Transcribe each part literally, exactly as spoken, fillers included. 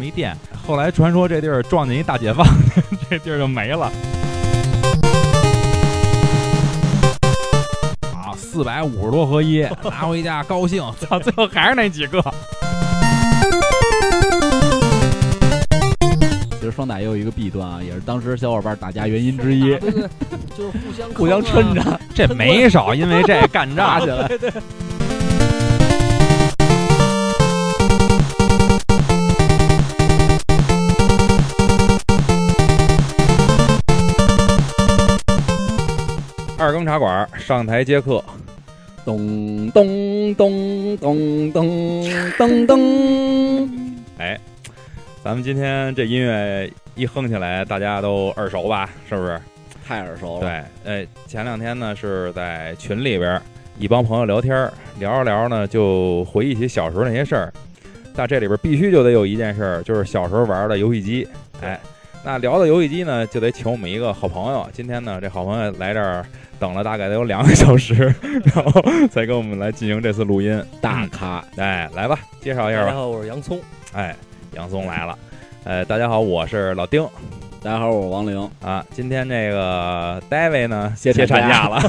么一店，后来传说这地儿撞见一大解放，这地儿就没了。啊，四百五十多合一，拿回家高兴，操，最后还是那几个。 其实双打也有一个弊端啊，也是当时小伙伴打架原因之一， 对对，就是互相互相抻着， 这没少因为这干仗起来。 对对。 二更茶馆上台接客， 咚咚咚咚咚咚咚。 哎，咱们今天这音乐一哼起来，大家都耳熟吧？是不是？ 太耳熟了。 对，哎，前两天呢是在群里边一帮朋友聊天，聊着聊呢就回忆起小时候那些事儿。但这里边必须就得有一件事儿，就是小时候玩的游戏机。哎，那聊到游戏机呢，就得请我们一个好朋友。今天呢，这好朋友来这儿等了大概得有两个小时，然后才跟我们来进行这次录音。 大咖， 哎，来吧，介绍一下吧。 大家好，我是洋葱。 哎，洋葱来了。呃，大家好，我是老丁。 大家好，我是王玲啊。今天这个 David 呢歇产假了。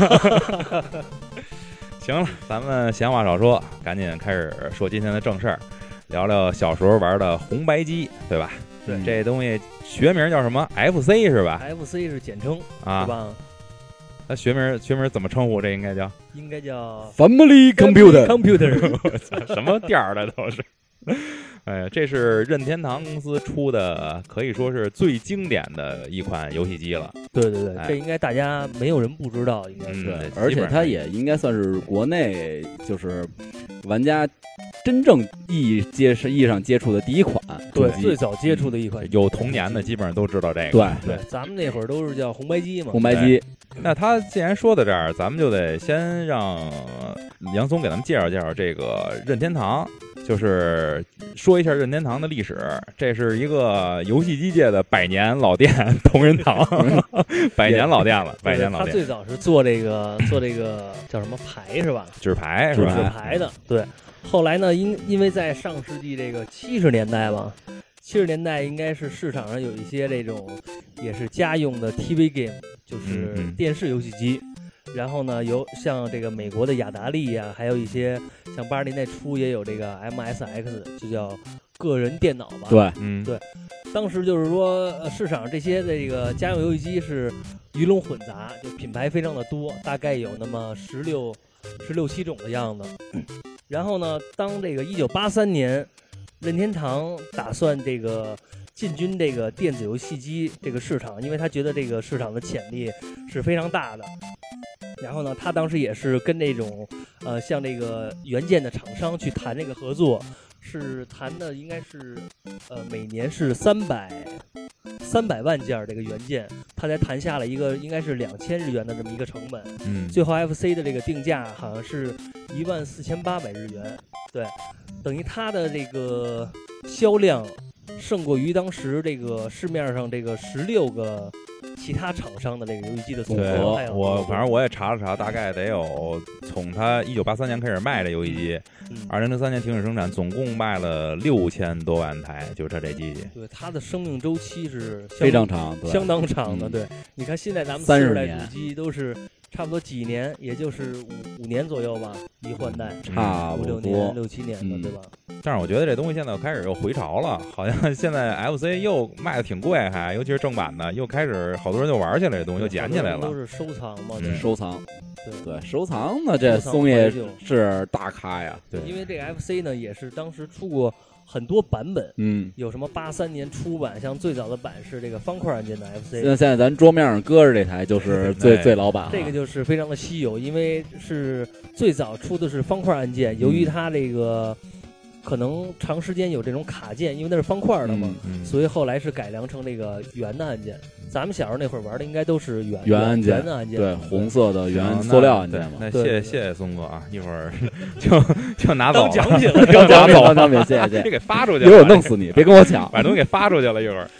行了，咱们闲话少说，赶紧开始说今天的正事儿，聊聊小时候玩的红白机，对吧？ 对， 这东西学名叫什么 ？F C 是吧 ？F C 是简称， 啊， 对吧？ 那学名学名怎么称呼？这应该叫应该叫 Family Computer Computer， 什么调儿的都是。哎，这是任天堂公司出的，可以说是最经典的一款游戏机了。 对对对， 哎、 这应该大家没有人不知道，应该是。 嗯、 而且它也应该算是国内就是玩家真正意义接意义上接触的第一款。 对，最早接触的一款。 有童年的基本上都知道这个。 对对，咱们那会儿都是叫红白机嘛。 红白机。 那他既然说到这儿，咱们就得先让杨松给咱们介绍介绍这个任天堂。就是说一下任天堂的历史，这是一个游戏机界的百年老店，同仁堂，百年老店了，百年老店。 他最早是做这个做这个叫什么牌是吧？ 纸牌是吧？ 纸牌的，对。后来呢，因因为在上世纪这个七十年代吧，七十年代应该是市场上有一些这种也是家用的 T V game， 就是电视游戏机。嗯嗯然后呢，有像这个美国的雅达利呀、啊，还有一些像八十年代初也有这个 M S X， 就叫个人电脑吧。 对， 嗯， 对。当时就是说，呃，市场这些这个家用游戏机是鱼龙混杂，就品牌非常的多，大概有那么十六、十六七种的样子。然后呢，当这个一九八三年，任天堂打算这个进军这个电子游戏机这个市场，因为他觉得这个市场的潜力是非常大的。然后呢，他当时也是跟这种，呃，像这个元件的厂商去谈这个合作，是谈的应该是，呃，每年是三百三百万件这个元件，他才谈下了一个应该是两千日元的这么一个成本。 嗯， 最后 F C 的这个定价好像是一万四千八百日元，对，等于它的这个销量胜过于当时这个市面上这个十六个。其他厂商的这个游戏机的总和， 我反正我也查了查，大概得有从它一九八三年开始卖这游戏机，二零零三年停止生产，总共卖了六千多万台，就是它这机器。 对，它的生命周期是非常长， 相当长的。对，你看现在咱们四十代主机都是差不多几年，也就是五五年左右吧，一换代， 差不多五六年、六七年的， 嗯、 对吧？ 但是我觉得这东西现在开始又回潮了，好像现在 F C 又卖的挺贵，还尤其是正版的，又开始好多人就玩起来，这东西又捡起来了。 都是收藏嘛， 嗯、 收藏。 对对，收藏呢，这松爷是大咖呀。 对， 因为这个 F C 呢，也是当时出过很多版本， 嗯， 有什么八三年出版，像最早的版是这个方块按键的 F C。 现在现在咱桌面上搁着这台就是最最老版， 这个就是非常的稀有，因为是最早出的是方块按键，由于它这个。可能长时间有这种卡键，因为那是方块的嘛， 嗯嗯、 所以后来是改良成这个圆的按键。咱们小时候那会儿玩的应该都是圆圆按键， 圆的按键， 对，红色的圆塑料按键嘛。 那谢谢谢谢松哥啊，一会儿就就拿走当奖品了， 当奖品，当奖品，谢谢谢谢， 别给发出去了， 一会儿弄死你，别跟我抢， 把东西给发出去了，一会儿。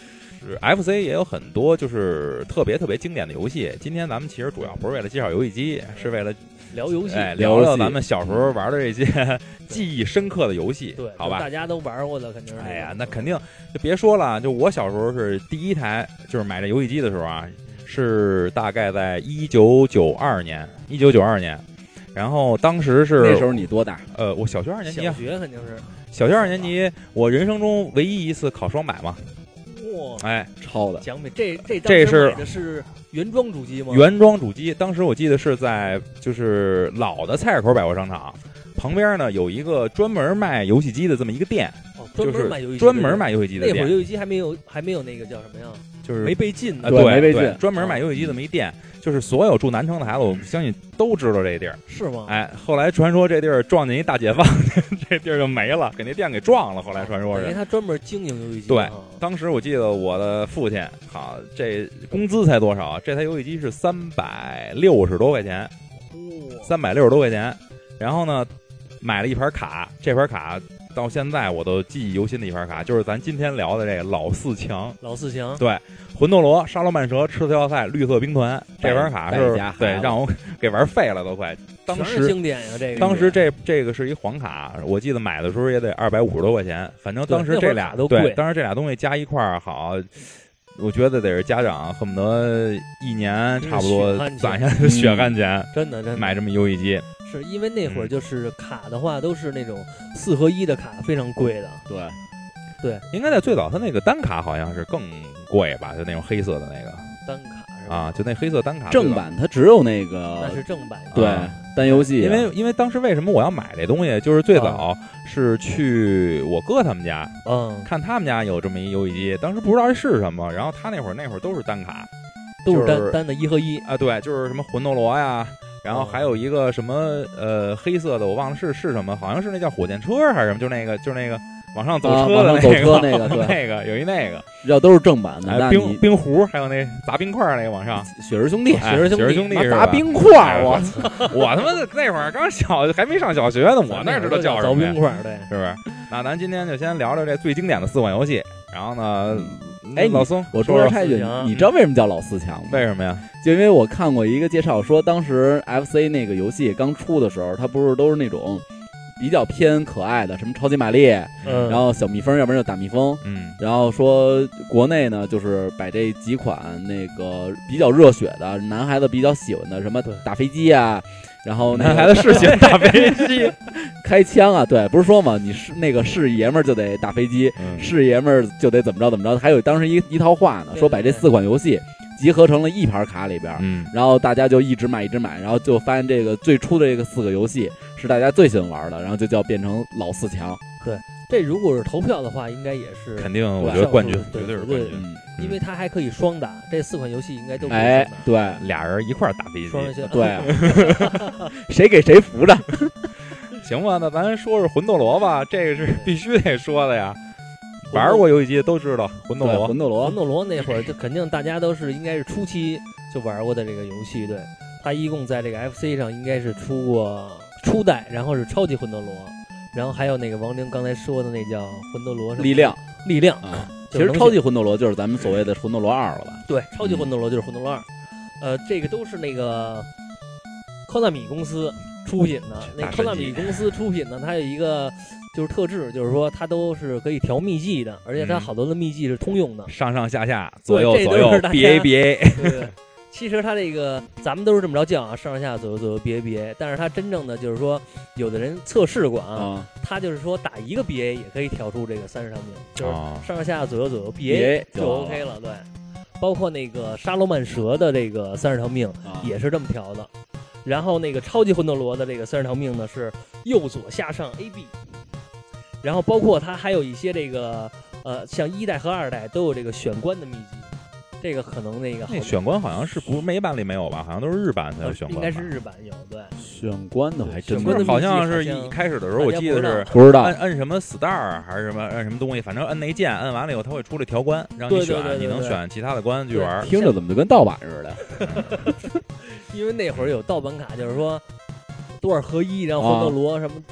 是 F C 也有很多就是特别特别经典的游戏。今天咱们其实主要不是为了介绍游戏机，是为了聊游戏， 哎，聊聊咱们小时候玩的这些记忆深刻的游戏， 对， 好吧？ 大家都玩过的，肯定是。 哎呀，那肯定就别说了，就我小时候是第一台就是买这游戏机的时候啊，是大概在一九九二年，一九九二年。然后当时是那时候你多大？ 呃，我小学二年级啊， 小学肯定是小学二年级，我人生中唯一一次考双百嘛。 哇， 哎， 超的奖品，这这这是买的是原装主机吗？ 原装主机，当时我记得是在就是老的菜市口百货商场旁边呢，有一个专门卖游戏机的这么一个店， 哦，专门卖游戏机， 专门卖游戏机的店。 那会儿游戏机还没有还没有那个叫什么呀？ 就是没被禁的， 啊，对， 没被禁， 专门卖游戏机这么一店。就是所有住南城的孩子，我相信都知道这地儿， 是吗？ 哎，后来传说这地儿撞见一大解放，这地儿就没了，给那店给撞了。后来传说是， 因为他专门经营游戏机。 对，当时我记得我的父亲，好，这工资才多少？这台游戏机是三百六十多块钱，三百六十多块钱。然后呢，买了一盘卡，这盘卡到现在我都记忆犹新的一盘卡，就是咱今天聊的这个老四强。 老四强， 对。魂斗罗、沙罗曼蛇、赤色要塞、绿色兵团，这盘卡是对让我给玩废了都快。当时经典呀，这个当时这这个是一黄卡，我记得买的时候也得二百五十多块钱。反正当时这俩都贵， 当时这俩东西加一块儿好，我觉得得是家长恨不得一年差不多攒下的血汗钱， 真的真的买这么游戏机。 是因为那会儿就是卡的话都是那种四合一的卡，非常贵的。 对。 对， 应该在最早，它那个单卡好像是更贵吧，就那种黑色的那个单卡是吧？ 啊，就那黑色单卡。 正版它只有那个， 那是正版。 对，单游戏。 因为因为当时为什么我要买这东西，就是最早是去我哥他们家， 嗯， 看他们家有这么一游戏机，当时不知道这是什么，然后他那会儿那会儿都是单卡， 都是单单的一合一啊，对，就是什么魂斗罗呀。然后还有一个什么呃黑色的，我忘了是是什么，好像是那叫火箭车还是什么，就那个就是那个往上走车的那个， 啊、走车那个，对， 那个有一那个， 要都是正版的。 哎、冰冰壶，还有那砸冰块那个往上， 雪人兄弟， 哎、 雪人兄弟是砸冰块，我操！我他妈的那会儿刚小，还没上小学呢，我哪知道叫什么凿冰块，对， 是不是？那咱今天就先聊聊这最经典的四款游戏，然后呢， 哎， 老宋， 我说插一句，你知道为什么叫老四强吗？ 为什么呀？ 就因为我看过一个介绍，说当时 F C 那个游戏刚出的时候，它不是都是那种比较偏可爱的，什么超级玛丽， 嗯， 然后小蜜蜂，要不然就大蜜蜂， 嗯， 然后说国内呢，就是把这几款那个比较热血的男孩子比较喜欢的，什么打飞机啊，然后男孩子是喜欢打飞机， 开枪啊，对，不是说嘛，你是那个是爷们儿就得打飞机， 嗯、 是爷们儿就得怎么着怎么着，还有当时一一套话呢，说把这四款游戏集合成了一盘卡里边， 嗯， 然后大家就一直买一直买，然后就发现这个最初的这个四个游戏是大家最喜欢玩的，然后就叫变成老四强。 对，这如果是投票的话，应该也是肯定，我觉得冠军绝对是冠军， 嗯， 因为它还可以双打，这四款游戏应该都可以哎，对， 俩人一块儿打飞机， 双人线， 对、啊，谁给谁扶着？ 行吧，那咱说是魂斗罗吧，这个是必须得说的呀。玩过游戏机都知道魂斗罗， 魂斗罗， 魂斗罗那会儿就肯定大家都是应该是初期就玩过的这个游戏，对，它一共在这个 F C 上应该是出过初代，然后是超级魂斗罗，然后还有那个王玲刚才说的那叫魂斗罗力量， 力量啊，其实超级魂斗罗就是咱们所谓的魂斗罗二了吧？ 对，超级魂斗罗就是魂斗罗二，呃，这个都是那个科纳米公司出品的，那科纳米公司出品呢，它有一个。就是特质，就是说它都是可以调秘技的，而且它好多的秘技是通用的， 嗯、上上下下、左右左右 ，B A B A。 对对，其实它这个咱们都是这么着叫啊，上上下左右左右 B A B A， 但是它真正的就是说，有的人测试过啊，嗯、他就是说打一个 B A 也可以调出这个三十条命，就是上上下左右左右 B A 就 OK 了，对。包括那个沙罗曼蛇的这个三十条命也是这么调的，然后那个超级魂斗罗的这个三十条命呢是右左下上 A B。然后包括它还有一些这个呃，像一代和二代都有这个选关的秘籍，这个可能那个那选关好像是不是美版里没有吧？好像都是日版才有选关， 应该是日版有对。 选关的还真不是， 好像是一开始的时候我记得是不知道摁摁什么 star 还是什么摁什么东西，反正摁那键，摁完了以后它会出来调关，让你选，你能选其他的关去玩。 听着怎么就跟盗版似的？ 因为那会儿有盗版卡，就是说多少合一，然后魂斗罗什么。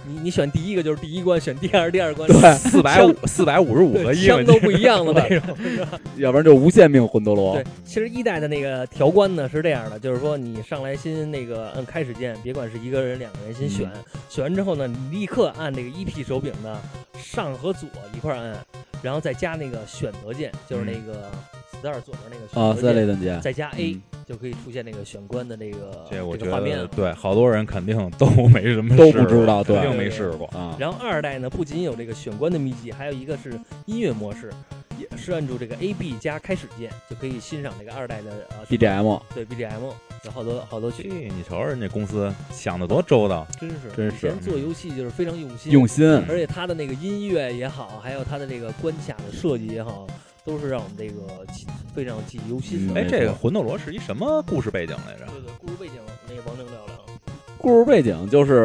你你选第一个就是第一关，选第二第二关， 对， 四百五四百五十五个一， 枪都不一样的那种， 要不然就无限命魂斗罗。 对，其实一代的那个条关呢是这样的，就是说你上来先那个按开始键，别管是一个人两个人先选， 嗯、 选完之后呢，你立刻按这个 E P 手柄的上和左一块按，然后再加那个选择键，就是那个 Star 左边那个选择键， 啊，键， 再加 A、 嗯。 就可以出现那个选关的这个这我觉得、这个、画面， 对，好多人肯定都没什么都不知道，对， 肯定没试过啊。 然后二代呢，不仅有这个选关的秘籍，还有一个是音乐模式，也是按住这个 A B 加开始键就可以欣赏这个二代的呃 B G M， 对 B G M 有好多好多曲。 你瞅瞅人家公司想的多周到， 真是真是。 以前做游戏就是非常用心， 用心， 而且它的那个音乐也好，还有它的这个关卡的设计也好。都是让我们这个非常记忆犹新的。 哎、嗯，这个魂斗罗是一什么故事背景来着？ 对对，故事背景，那个王正聊聊。 故事背景就是，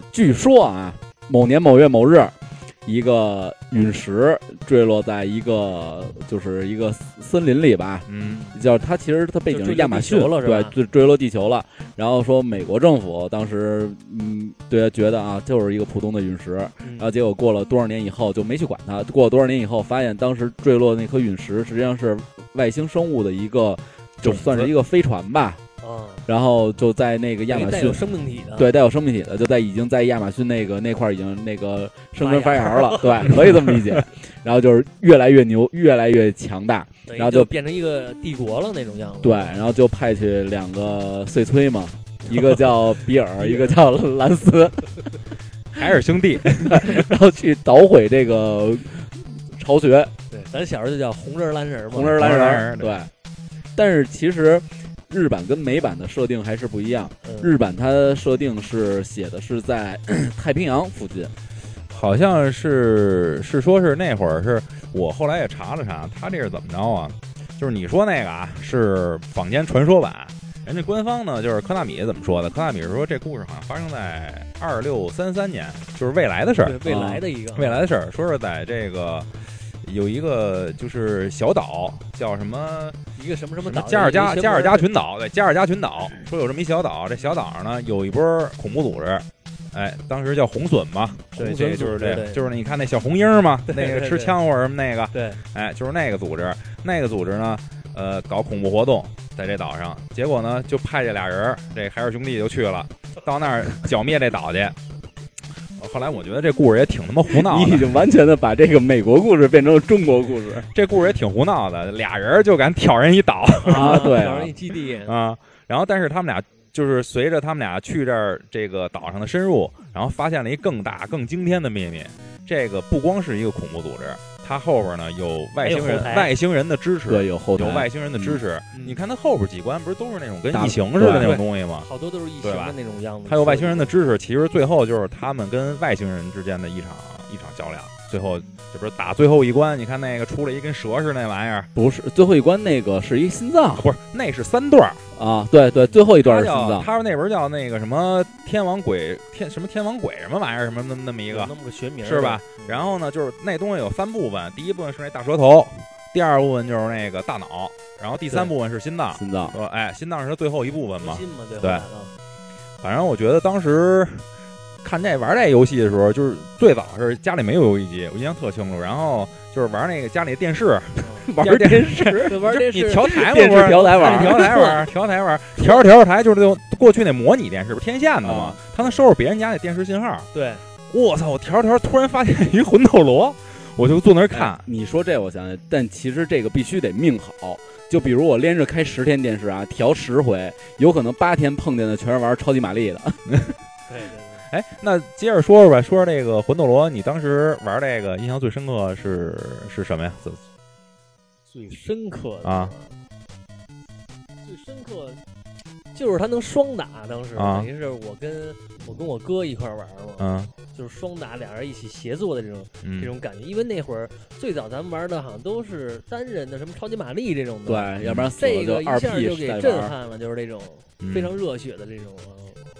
据说啊，某年某月某日，一个陨石坠落在一个就是一个森林里吧， 嗯， 叫它其实它背景是亚马逊了， 对，坠坠落地球了。然后说美国政府当时嗯，对觉得啊，就是一个普通的陨石， 嗯、 然后结果过了多少年以后就没去管它。过了多少年以后，发现当时坠落的那颗陨石实际上是外星生物的一个，就算是一个飞船吧。 啊， 然后就在那个亚马逊带有生命体的， 对，带有生命体的，就在已经在亚马逊那个那块已经那个生根发芽了，对，可以这么理解。然后就是越来越牛，越来越强大，然后就变成一个帝国了那种样子。 对，然后就派去两个碎催嘛，一个叫比尔，一个叫兰斯， 还是兄弟， 然后去捣毁这个巢穴。 对，咱小时候就叫红人蓝人嘛， 红人蓝人，对。但是其实。日版跟美版的设定还是不一样。 嗯、 日版它设定是写的是在太平洋附近， 好像是是说是那会儿是我后来也查了查，他这是怎么着啊？就是你说那个啊是坊间传说版，人家官方呢就是科纳米怎么说的？科纳米是说这故事好像发生在二六三三年，就是未来的事儿， 未来的一个、 嗯、未来的事儿，说是在这个。有一个就是小岛叫什么一个什么什么岛， 加尔加加尔加群岛，对，加尔加群岛，说有这么一小岛，这小岛上呢有一波恐怖组织，哎，当时叫红隼嘛，对，这就是这，就是你看那小红鹰嘛，那个吃枪或者什么那个， 对， 哎，就是那个组织，那个组织呢，呃，搞恐怖活动在这岛上，结果呢就派这俩人，这海尔兄弟就去了，到那儿剿灭这岛去。后来我觉得这故事也挺他妈胡闹的， 你已经完全的把这个美国故事变成了中国故事。 这故事也挺胡闹的，俩人就敢挑人一岛啊，对啊， 挑人一基地啊。然后，但是他们俩就是随着他们俩去这儿这个岛上的深入，然后发现了一更大、更惊天的秘密。这个不光是一个恐怖组织，它后边呢有外星人、外星人的支持， 对，有后台， 有外星人的支持。 嗯、 你看它后边几关不是都是那种跟异形似的那种东西吗？ 好多都是异形的那种样子。 它有外星人的支持，其实最后就是他们跟外星人之间的一场一场较量。最后这不是打最后一关，你看那个出了一跟蛇似的那玩意儿， 不是最后一关那个是一心脏， 不是，那是三段啊，对对，最后一段是心脏。 他说那边叫那个什么天王鬼天什么天王鬼什么玩意儿什么那么那么一个， 那么个学名是吧？嗯、然后呢，就是那东西有三部分，第一部分是那大舌头，第二部分就是那个大脑，然后第三部分是心脏。 心脏说哎，心脏是最后一部分嘛？ 心嘛，对。 对。反正我觉得当时。看这玩这游戏的时候，就是最早是家里没有游戏机，我印象特清楚。然后就是玩那个家里电视， 嗯、 玩电视，玩电视， 你调台嘛， 电视调台玩， 调台玩，调台玩，调着调着台就是那种过去那模拟电视，不是天线的嘛，它能收拾别人家的电视信号。 对， 我操！我调着调着突然发现一魂斗罗，我就坐那儿看、 哎。你说这我想想，但其实这个必须得命好。就比如我连着开十天电视啊，调十回，有可能八天碰见的全是玩超级玛丽的。 对对对。 哎，那接着说说吧，说说这个魂斗罗，你当时玩这个印象最深刻是是什么呀？ 最深刻的啊， 最深刻就是他能双打，当时啊等于是我跟我跟我哥一块玩嘛， 嗯， 就是双打，俩人一起协作的这种、 嗯、 这种感觉。因为那会儿最早咱们玩的好像都是单人的，什么超级玛丽这种的， 对，要不然这个一下就给震撼了，就是这种非常热血的这种。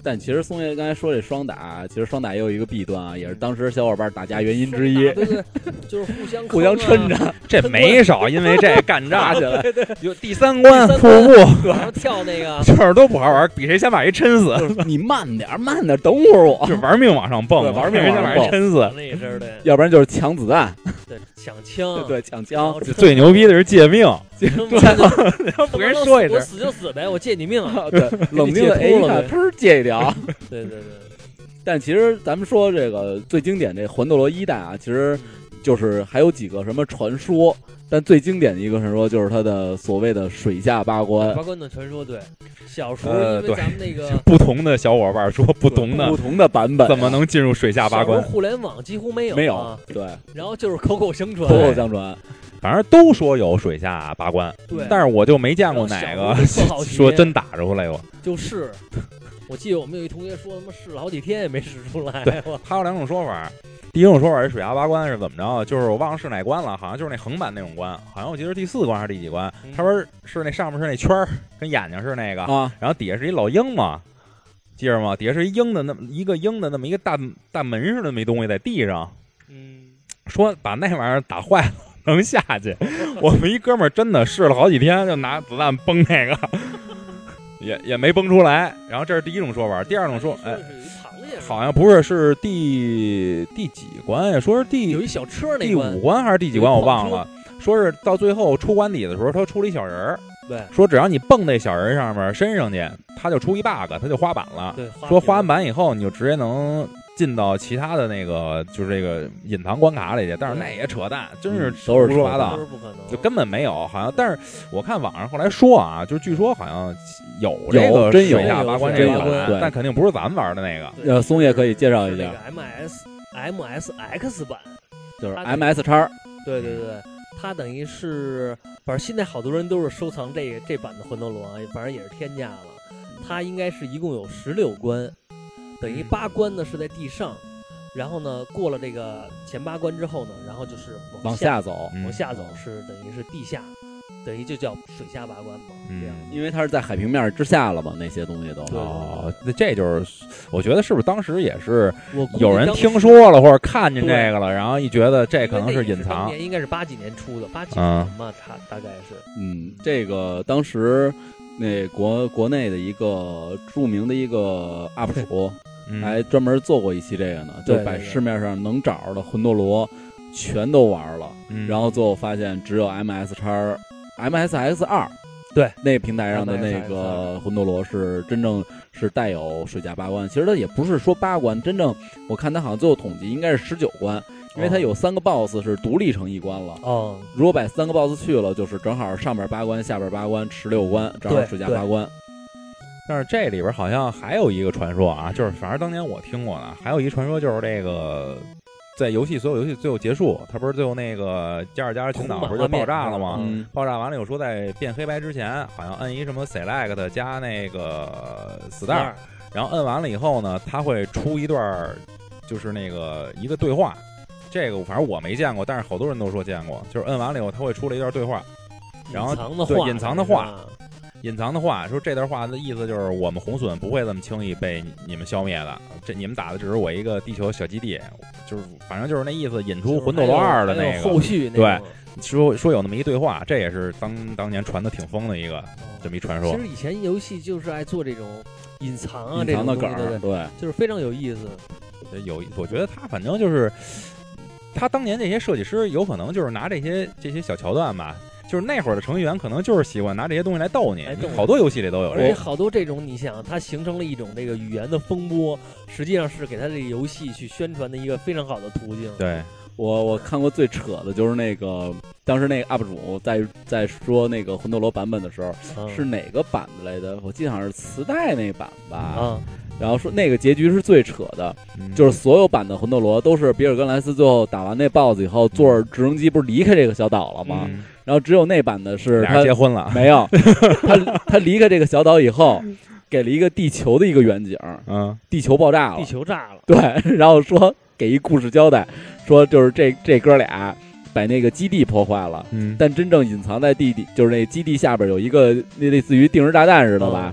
但其实松爷刚才说这双打，其实双打也有一个弊端啊，也是当时小伙伴打架原因之一。 对对，就是互相互相抻着， 这没少因为这干打起来。 有第三关瀑布， 然后跳那个， 就是都不好玩，比谁先把一抻死。 你慢点，慢点，等会儿我。 就玩命往上蹦， 玩命往上蹦，抻死。 那一声对， 要不然就是抢子弹， 对，抢枪， 对对，抢枪。 最牛逼的是借命， 不跟人说一声， 我死就死呗，我借你命啊。 对，冷静的 A 一看，噗，借一条。 对对对。 但其实咱们说这个最经典这魂斗罗一代啊，其实就是还有几个什么传说，但最经典的一个传说就是它的所谓的水下八关。 八关的传说，对，小时候因为咱们那个、 呃、不同的小伙伴说不同的不同的版本、啊， 怎么能进入水下八关？ 互联网几乎没有、啊， 没有，对。 然后就是口口相传， 口口相传， 反正都说有水下八关， 对， 但是我就没见过哪个说真打出来过。 就是。我记得我们有一同学说，他妈试了好几天也没试出来。 对，还有两种说法。第一种说法是水下八关是怎么着？就是我忘了是哪关了，好像就是那横版那种关，好像我记得是第四关还是第几关？他说是那上面是那圈儿，跟眼睛是那个， 啊、 然后底下是一老鹰嘛，记着吗？底下是一鹰的那么一个鹰的那么一个大大门似的没东西在地上。 嗯， 说把那玩意儿打坏了能下去。我们一哥们儿真的试了好几天，就拿子弹崩那个。也也没崩出来，然后这是第一种说法，第二种说，哎，好像不是，是第第几关呀？说是第有一小车那第五关还是第几关我忘了，说是到最后出关底的时候，他出了一小人儿， 对， 说只要你蹦那小人上面身上去，他就出一 bug，他就滑板了， 对， 说滑完板以后你就直接能进到其他的那个就是这个隐藏关卡里去，但是那也扯淡，真是都是胡说八道， 不可能， 就根本没有，好像。但是我看网上后来说啊，就据说好像有这个真有水下八关这个版，但肯定不是咱们玩的那个。 呃，松爷可以介绍一下 M S M S X 版， 就是 M S 叉。 对对对，它等于是，反正现在好多人都是收藏这个这版的魂斗罗，反正也是天价了。它应该是一共有十六关。等于八关呢是在地上，然后呢过了这个前八关之后呢，然后就是往下走， 往下走是等于是地下，等于就叫水下八关嘛。 嗯， 这样， 因为它是在海平面之下了嘛，那些东西都。 哦，那这就是我觉得是不是当时也是有人听说了或者看见这个了，然后一觉得这可能是隐藏。 年应该是八几年出的，八几年嘛，差大概是。 嗯，这个当时那国国内的一个著名的一个 U P 主。还专门做过一期这个呢，就把市面上能找着的魂斗罗全都玩了， 嗯、 然后最后发现只有 M S 叉 M S X 二， 对， 那个平台上的那个魂斗罗是真正是带有水下八关。其实它也不是说八关，真正我看它好像最后统计应该是十九关，因为它有三个 boss 是独立成一关了。 哦， 如果把三个 boss 去了，就是正好上边八关，下边八关，十六关，正好水下八关。 但是这里边好像还有一个传说啊，就是反正当年我听过的，还有一传说就是这个，在游戏所有游戏最后结束，他不是最后那个加尔加尔群岛不是就爆炸了吗？ 嗯、 爆炸完了，有说在变黑白之前，好像摁一什么 select 加那个 star， 然后摁完了以后呢，他会出一段就是那个一个对话，这个反正我没见过，但是好多人都说见过，就是摁完了以后他会出了一段对话，然后对隐藏的话。隐藏的话说这段话的意思就是我们红隼不会这么轻易被你们消灭的，这你们打的只是我一个地球小基地，就是反正就是那意思，引出魂斗罗二的那个后续， 对，说说有那么一对话，这也是当当年传的挺疯的一个这么一传说。 其实以前游戏就是爱做这种隐藏啊， 隐藏的梗， 对对， 就是非常有意思。 有，我觉得他反正就是他当年这些设计师有可能就是拿这些这些小桥段吧。就是那会儿的程序员可能就是喜欢拿这些东西来逗你， 哎、 好多游戏里都有， 而且好多这种，你想，它形成了一种这个语言的风波，实际上是给他这个游戏去宣传的一个非常好的途径。 对， 我我看过最扯的就是那个当时那个 U P 主在在说那个魂斗罗版本的时候， 嗯、 是哪个版的来的？我记得好像是磁带那版吧。 嗯然后说那个结局是最扯的， 嗯、 就是所有版的魂斗罗都是比尔·根莱斯最后打完那 B O S S 以后，坐着直升机不是离开这个小岛了吗？ 嗯、 然后只有那版的是他结婚了， 没有，他他离开这个小岛以后，给了一个地球的一个远景， 嗯， 地球爆炸了， 地球炸了， 对，然后说给一故事交代，说就是这这哥俩把那个基地破坏了， 嗯， 但真正隐藏在地底，就是那基地下边有一个那类似于定时炸弹似的吧。 嗯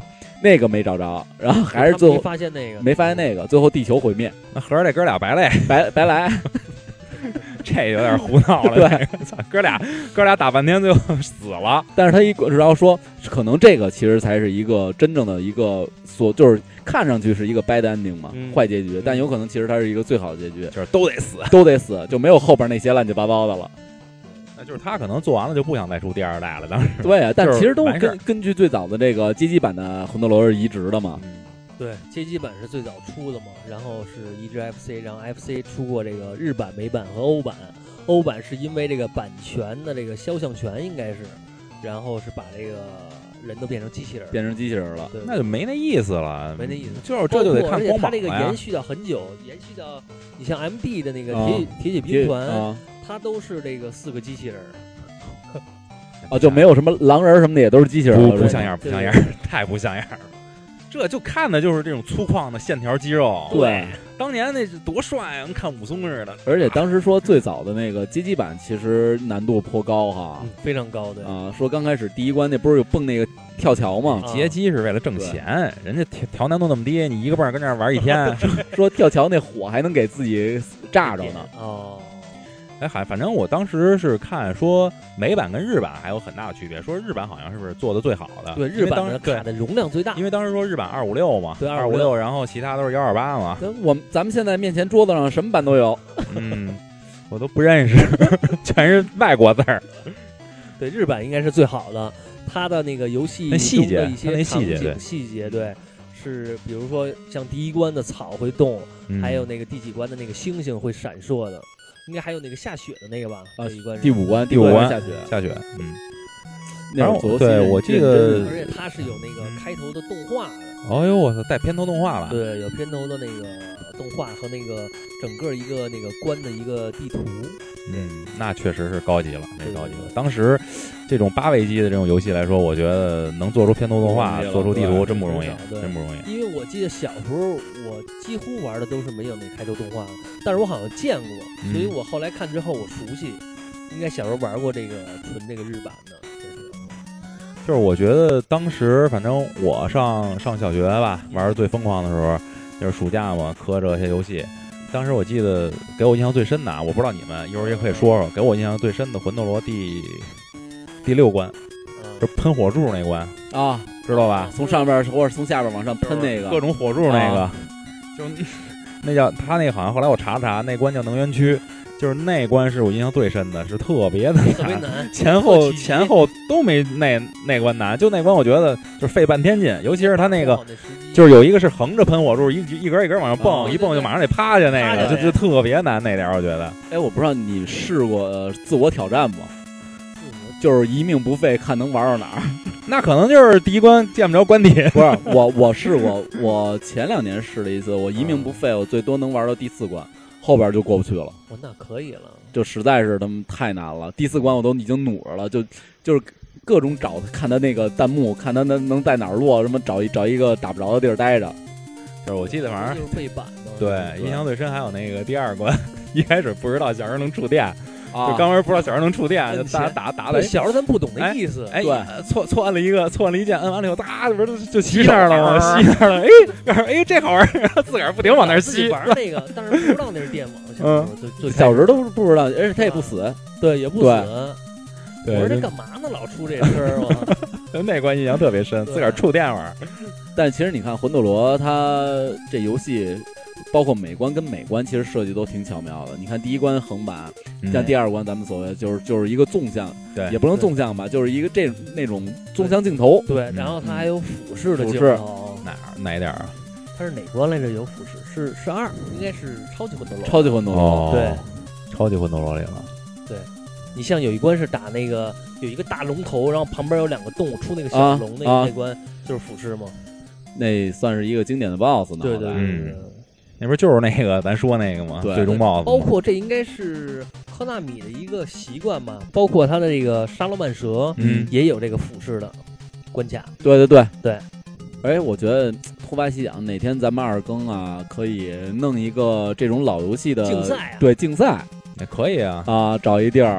那个没找着，然后还是最后没发现那个， 没发现那个，最后地球毁灭， 那合着这哥俩白来， 白白来， 这有点胡闹了。 对， 哥俩哥俩打半天最后死了。 但是他一然后说，可能这个其实才是一个真正的一个所，就是看上去是一个 bad ending 嘛， 嗯、 坏结局， 嗯、 但有可能其实它是一个最好的结局， 就是都得死， 都得死，就没有后边那些乱七八糟的了。 那就是他可能做完了就不想再出第二代了，当时。 对啊，但其实都根根根据最早的这个街机版的魂斗罗是移植的嘛。 嗯对，街机版是最早出的嘛，然后是移植 F C， 然后 F C 出过这个日版、美版和欧版。欧版是因为这个版权的这个肖像权应该是，然后是把这个人都变成机器人， 变成机器人了， 那就没那意思了， 没那意思。 就是这就得看光它这个呀延续到很久，延续到你像 M D 的那个铁铁血兵团， 啊、 它都是这个四个机器人。 哦，就没有什么狼人什么的，也都是机器人， 不不像样，不像样，太不像样了。这就看的就是这种粗犷的线条肌肉。 对， 当年那是多帅啊，跟看武松似的。 而且当时说最早的那个街机版其实难度颇高哈， 嗯、非常高的啊。说刚开始第一关那不是有蹦那个跳桥吗？ 街机是为了挣钱，人家调调难度那么低，你一个蹦跟那玩一天。 说跳桥那火还能给自己炸着呢。 哦。 哎，还反正我当时是看说美版跟日版还有很大的区别，说日版好像是不是做的最好的？ 对，日版的卡的容量最大， 因为当时说日版二五六嘛， 对二五六，然后其他都是幺二八嘛。 我们咱们现在面前桌子上什么版都有， 嗯，我都不认识，全是外国字儿。 对，日版应该是最好的，它的那个游戏那细节， 一些细节对细节对。是，比如说像第一关的草会动， 嗯、 还有那个第几关的那个星星会闪烁的，应该还有那个下雪的那个吧？ 啊， 第一关第五关， 第五关下雪， 下雪，嗯。 然后对，我记得， 而且它是有那个开头的动画的。 哦呦，我操，带片头动画了。 对，有片头的那个动画和那个整个一个那个关的一个地图。 嗯，那确实是高级了，那高级了。当时这种八位机的这种游戏来说，我觉得能做出片头动画、做出地图真不容易，真不容易。 因为我记得小时候我几乎玩的都是没有那开头动画，但是我好像见过， 嗯、 所以我后来看之后我熟悉。应该小时候玩过这个纯这个日版的。 就是我觉得当时反正我上上小学吧，玩的最疯狂的时候，就是暑假嘛，磕这些游戏。当时我记得给我印象最深的，我不知道你们一会儿也可以说说，给我印象最深的魂斗罗第第六关，就喷火柱那关啊， 知道吧？ 从上边或者从下边往上喷那个各种火柱那个， 啊、 就那叫他那个好像后来我查了查，那关叫能源区。就是那关是我印象最深的，是特别的难， 特别难， 前后前后都没那那关难，就那关我觉得就是费半天劲，尤其是他那个，就是有一个是横着喷火柱，一一格一格往上蹦， 哦、 一蹦就马上得趴下那个，就就特别难那点我觉得。 哎，我不知道你试过、呃、自我挑战吗？就是一命不费，看能玩到哪儿。 那可能就是第一关见不着关底。 不是我，我试过，我前两年试了一次，我一命不费，我最多能玩到第四关。后边就过不去了， 哦，那可以了， 就实在是他们太难了。第四关我都已经努着了，就就是各种找看他那个弹幕，看他能能在哪儿落，什么找一找一个打不着的地儿待着。 就是我记得反正就是背板的。 对，印象最深还有那个第二关，一开始不知道小时候能触电。 啊、 就刚玩不知道小时候能触电，就打打打的。 小时候咱不懂那意思， 哎， 对， 错错按了一个，错按了一键，摁完了以后，哒，不是就吸那儿了吗？吸那儿了，哎，告诉哎这好玩，然后自个儿不停往那儿吸。 玩那个，但是不知道那是电网，小时候就就小时候都不知道，而且他也不死， 对，也不死。 对， 我说这干嘛呢？老出这声儿， 我那关印象特别深，自个儿触电玩。 但其实你看魂斗罗，它这游戏。包括美关跟美关其实设计都挺巧妙的。你看第一关横版，像第二关咱们所谓就是就是一个纵向， 对， 也不能纵向吧，就是一个这那种纵向镜头。 对，然后它还有俯视的镜头， 哪哪一点啊？ 它是哪关来着？有俯视？是是二，应该是超级魂斗罗。 超级魂斗罗， 哦、 对， 超级魂斗罗里了。 对，你像有一关是打那个有一个大龙头，然后旁边有两个动物出那个小龙，那、 啊、 那关就是俯视吗？ 那算是一个经典的 boss 呢。 对对对。 嗯那不就是那个咱说那个吗？最终 boss。 包括这应该是科纳米的一个习惯吧，包括他的这个沙罗曼蛇， 嗯， 也有这个俯视的关卡。 对对对对。 哎，我觉得突发奇想，哪天咱们二更啊，可以弄一个这种老游戏的竞赛啊。 对，竞赛也可以啊啊，找一地儿，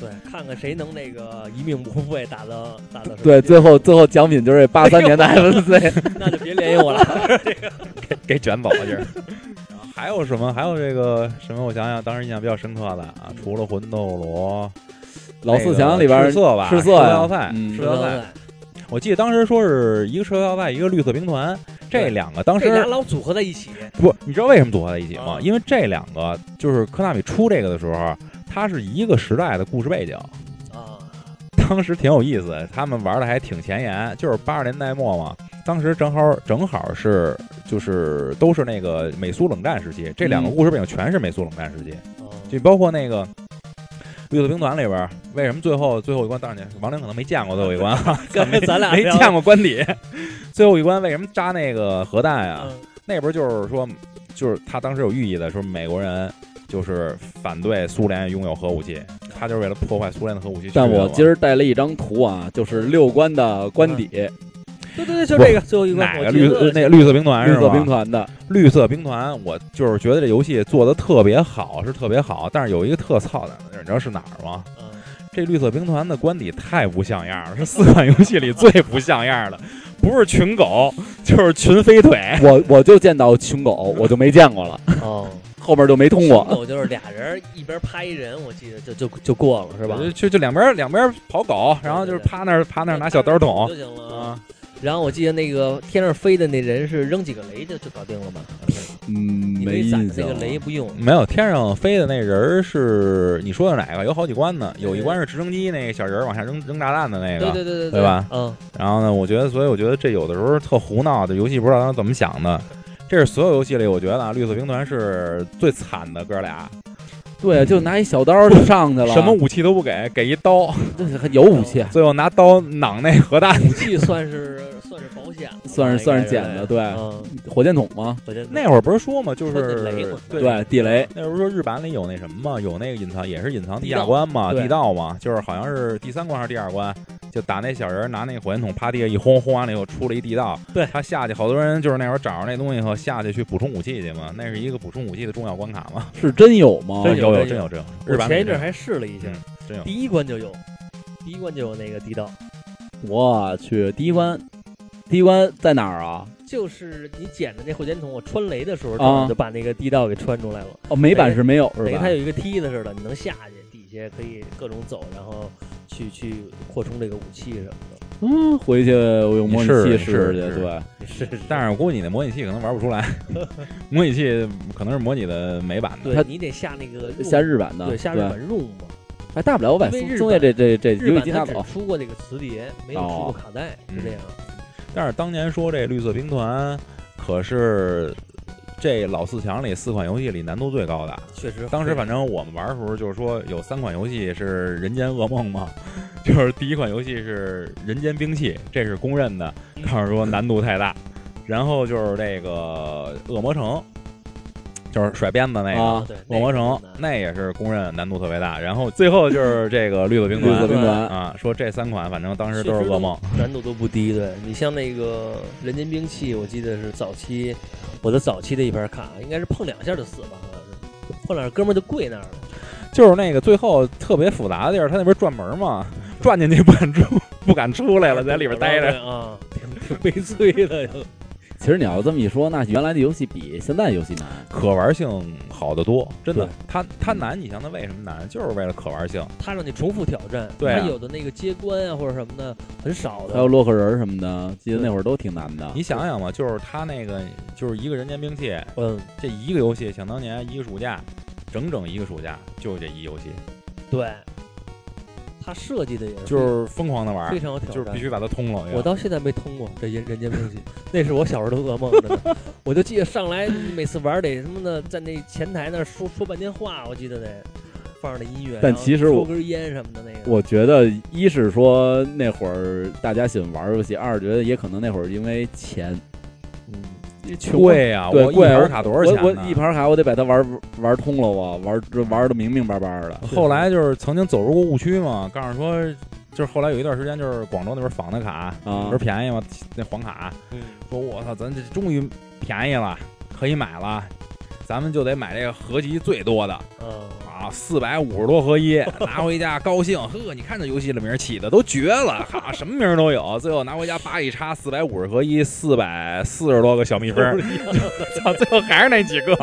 对，看看谁能那个一命不废打到打到。 对，最后最后奖品就是八三年的 F C， 那就别联系我了， 给给卷走了就是。还有什么？还有这个什么？我想想，当时印象比较深刻的啊，除了魂斗罗， 老四强里边赤色吧， 赤色呀， 要塞， 嗯， 赤色要塞。我记得当时说是一个赤色要塞，一个绿色兵团，这两个当时这俩老组合在一起。 不，你知道为什么组合在一起吗？ 啊、 因为这两个就是科纳米出这个的时候，它是一个时代的故事背景啊。 当时挺有意思，他们玩的还挺前沿，就是八十年代末嘛。当时正好正好是就是都是那个美苏冷战时期，这两个故事背景全是美苏冷战时期， 嗯、 就包括那个绿色兵团里边，为什么最后最后一关？当然王玲可能没见过最后一关啊， 咱俩没见过关底。最后一关为什么扎那个核弹啊？嗯、那边就是说，就是他当时有寓意的，说美国人就是反对苏联拥有核武器，他就是为了破坏苏联的核武器。 但我今儿带了一张图啊，就是六关的关底。嗯对对对，就这个最后一关， 哪个绿那个绿色兵团是吧？ 绿色兵团的绿色兵团，我就是觉得这游戏做的特别好，是特别好，但是有一个特操蛋的，你知道是哪儿吗？ 嗯， 这绿色兵团的官邸太不像样了，是四款游戏里最不像样的，不是群狗就是群飞腿。 我我就见到群狗，我就没见过了。 哦。 后边就没通过， 狗就是俩人一边趴一人，我记得就就就过了是吧？ 就就两边两边跑狗，然后就是趴那儿趴那儿拿小刀捅就行了啊。然后我记得那个天上飞的那人是扔几个雷就就搞定了吧？ 嗯，没印象。 那个雷不用。 没有，天上飞的那人是你说的哪个？有好几关呢，有一关是直升机那个小人往下扔扔炸弹的那个， 对对对对， 对吧？ 嗯。 然后呢，我觉得，所以我觉得这有的时候特胡闹的游戏，不知道他怎么想的。这是所有游戏里，我觉得啊，绿色兵团是最惨的哥俩。 对，就拿一小刀就上去了， 什么武器都不给，给一刀。 有武器， 最后拿刀攮那核弹。 武器算是算是保险， 算是算是捡的。对， 嗯、 火箭筒吗？ 火箭筒。 那会儿不是说嘛，就是对对地雷。 那不是说日版里有那什么嘛，有那个隐藏，也是隐藏地下关嘛，地道嘛，就是好像是第三关还是第二关。就打那小人，拿那个火箭筒趴地下一轰，轰完了以后出了一地道。 对， 他下去，好多人就是那会儿找着那东西以后下去去补充武器去嘛，那是一个补充武器的重要关卡嘛。 是真有吗？ 真有有真有真有。 日版前一阵还试了一下， 嗯、真有。 第一关就有，第一关就有那个地道。 我去，第一关，第一关在哪儿啊？ 就是你捡的那火箭筒，我穿雷的时候，啊、就把那个地道给穿出来了。 哦，美版是没有是吧？ 它有一个梯子似的，你能下去，底下可以各种走，然后去去扩充这个武器什么的。 嗯，回去我用模拟器试试去，对， 是。 但是我估计你那模拟器可能玩不出来，模拟器可能是模拟的美版的， 对，你得下那个下日版的， 对，下日版 R O M 嘛。 哎，大不了我把松叶这这这游戏机拿走。 出过这个磁碟，没有出过卡带，是这样。 但是当年说这绿色兵团，可是这老四强里四款游戏里难度最高的， 确实。 当时反正我们玩的时候，就是说有三款游戏是人间噩梦嘛，就是第一款游戏是人间兵器，这是公认的，当时说难度太大。然后就是这个恶魔城，就是甩鞭子那个、 啊、 恶魔城，那也是公认难度特别大。然后最后就是这个绿色兵团， 绿色兵团啊，说这三款反正当时都是噩梦， 难度都不低。对你像那个人间兵器，我记得是早期我的早期的一盘卡，应该是碰两下就死吧，好像是碰两下哥们儿就跪那儿了。 就是那个最后特别复杂的地儿，他那边转门嘛，转进去不敢出，不敢出来了，在里边待着啊，挺挺悲催的。 其实你要这么一说，那原来的游戏比现在游戏难， 可玩性好得多，真的。它它难，你想它为什么难？就是为了可玩性， 它让你重复挑战。 对、啊， 它有的那个接关啊或者什么的很少的， 还有洛克人什么的，记得那会儿都挺难的。 你想想嘛，就是它那个就是一个人间兵器， 嗯， 这一个游戏想当年一个暑假，整整一个暑假就这一游戏， 对。他设计的也就是疯狂的玩， 非常有挑战， 就是必须把它通了。 我到现在没通过这人人间兵器，那是我小时候的噩梦。真的，我就记得上来每次玩得什么的，在那前台那说说半天话，我记得得放着音乐， 但其实抽根烟什么的那个。 我觉得一是说那会儿大家喜欢玩游戏，二觉得也可能那会儿因为钱， 嗯。 贵呀、啊！ 对， 我一盘卡多少钱？ 我我一盘卡我得把它玩玩通了，我玩玩的明明白白的。 后来就是曾经走入过误区嘛，告诉说，就是后来有一段时间，就是广州那边仿的卡啊，不是便宜嘛，那黄卡， 嗯、 说我操，咱这终于便宜了，可以买了，咱们就得买这个合集最多的。 嗯、 啊， 好，四百五十多合一，拿回家高兴，呵，你看这游戏的名起的都绝了，哈，什么名都有。最后拿回家叭一插，四百五十合一，四百四十多个小蜜蜂，操，最后还是那几个。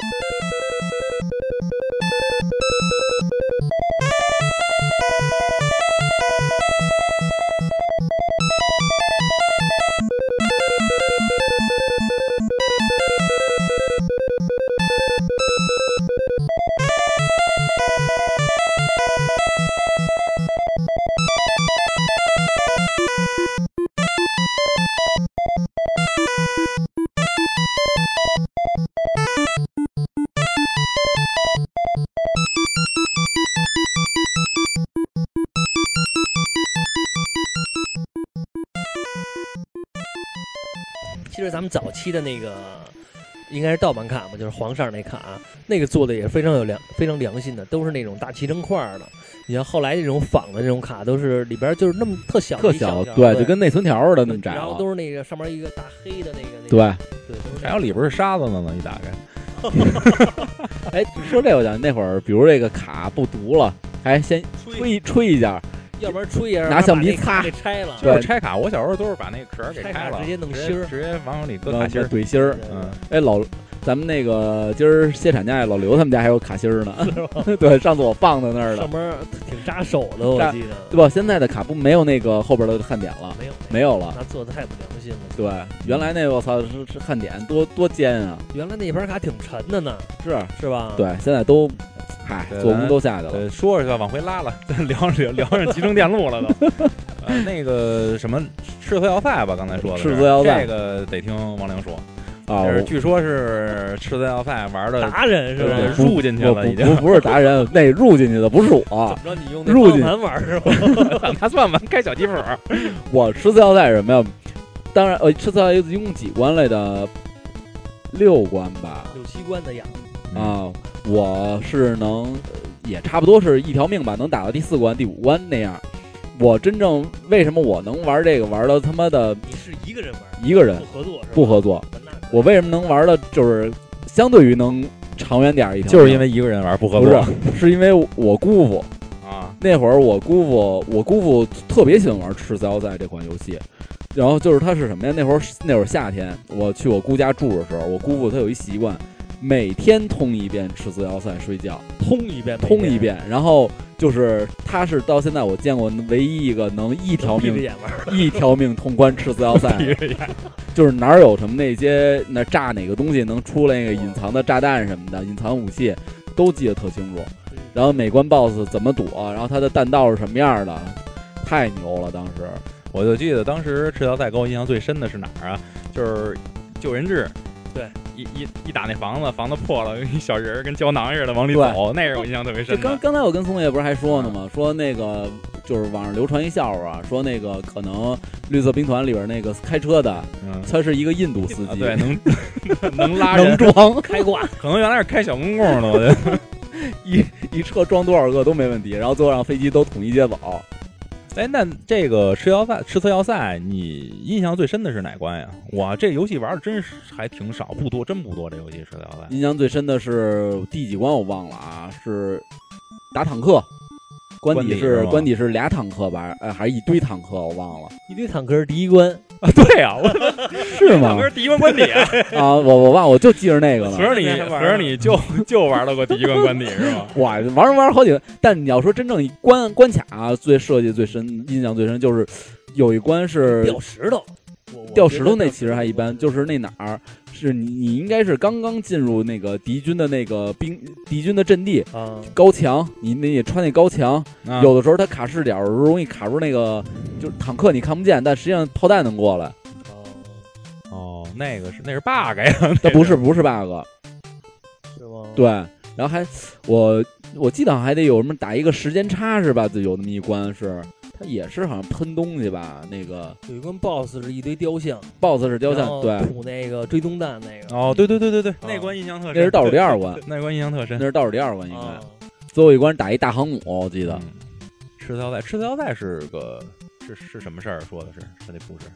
其实咱们早期的那个应该是盗版卡嘛，就是黄色那卡，那个做的也是非常有良非常良心的，都是那种大齐成块的。你像后来这种仿的这种卡，都是里边就是那么特小特小， 对， 对，就跟内存条似的那么窄， 然后都是那个上面一个大黑的那个，那个、 对对， 还有里边是沙子呢呢，一打开。 哎，说这我讲那会儿，比如这个卡不读了，还先吹吹一下。 要不然吹一下， 拿橡皮擦给拆了。 就是拆卡，我小时候都是把那个壳给拆了， 直接弄芯儿， 直接往里搁卡芯儿怼芯儿。 嗯， 哎，老咱们那个今儿歇产假，老刘他们家还有卡芯儿呢。对，上次我放在那儿了， 上面挺扎手的，我记得。 对吧？现在的卡不没有那个后边的焊点了， 没有没有了， 那做的太不良心了。 对，原来那我操是是焊点多多尖啊！ 原来那盘卡挺沉的呢， 是是吧？ 对，现在都。嗨，做工都下去了。 呃，说着就往回拉了，聊着聊上集成电路了都。呃，那个什么赤色要塞吧，刚才说的赤色要塞， 这个得听王玲说啊。 是据说是赤色要塞玩的达人是吧？ 入进去了，已经不不是达人，那入进去的不是我。 怎么着？你用那入盘玩是吧？ 拿算盘开小鸡谱。 我赤色要塞什么呀？当然，呃，赤色要塞一共几关来的？六关吧， 六七关的样子啊。我是能，也差不多是一条命吧，能打到第四关、第五关那样。我真正为什么我能玩这个玩到他妈的？ 你是一个人玩， 一个人不合作是吧？ 不合作。我为什么能玩的，就是相对于能长远点一条， 就是因为一个人玩不合作， 不是，是因为我姑父啊。 那会儿我姑父，我姑父特别喜欢玩《赤色要塞》这款游戏。然后就是他是什么呀？那会儿那会儿夏天，我去我姑家住的时候，我姑父他有一习惯。每天通一遍赤色要塞睡觉， 通一遍， 通一遍。然后就是他是到现在我见过唯一一个能一条命一条命通关赤色要塞，就是哪儿有什么那些那炸哪个东西能出来那个隐藏的炸弹什么的，隐藏武器都记得特清楚。然后每关 boss 怎么躲，然后他的弹道是什么样的，太牛了。当时我就记得当时赤色要塞给我印象最深的是哪儿啊？就是救人质。 对， 一一一打那房子，房子破了，一小人跟胶囊似的往里走，那是我印象特别深的。 刚刚才我跟松爷不是还说呢吗？嗯、说那个就是网上流传一笑话，说那个可能绿色兵团里边那个开车的，嗯、他是一个印度司机， 啊、对，能能拉人， 能装开挂， 可能原来是开小公共的，我觉得一一车装多少个都没问题，然后最后让飞机都统一接走。 哎，那这个赤要塞赤色要塞，你印象最深的是哪关呀？哇，这游戏玩的真是还挺少，不多，真不多。这游戏赤色要塞， 印象最深的是第几关我忘了啊，是打坦克，关底是关底是俩坦克吧？哎，还是一堆坦克，我忘了。 一堆坦克是第一关啊？对啊，我是吗？ 坦克是第一关关底啊！我我忘，我就记着那个了。 合着你合着你就就玩到过第一关关底是吗？ 哇，玩玩好几个，但你要说真正一关关卡、啊、最设计最深、印象最深，就是有一关是掉石头。 掉石头那其实还一般，就是那哪儿是你你应该是刚刚进入那个敌军的那个兵敌军的阵地啊， 高墙，你你穿那高墙， 啊、 有的时候它卡视角容易卡住那个，就是坦克你看不见，但实际上炮弹能过来。 哦哦，那个是那是 bug 呀， 那不是不是 bug， 是吗？ 对，然后还我我记得还得有什么打一个时间差是吧？就有那么一关是。它也是好像喷东西吧，那个有一关 boss 是一堆雕像 ，boss 是雕像，对， 吐那个追踪弹那个。 哦，对对对对对，啊、那关印象特深， 那是倒数第二关， 那关印象特深， 那是倒数第二关应该。啊、最后一关打一大航母，我记得。 嗯、赤色要塞，赤色要塞是个是是什么事儿？说的是他那故事。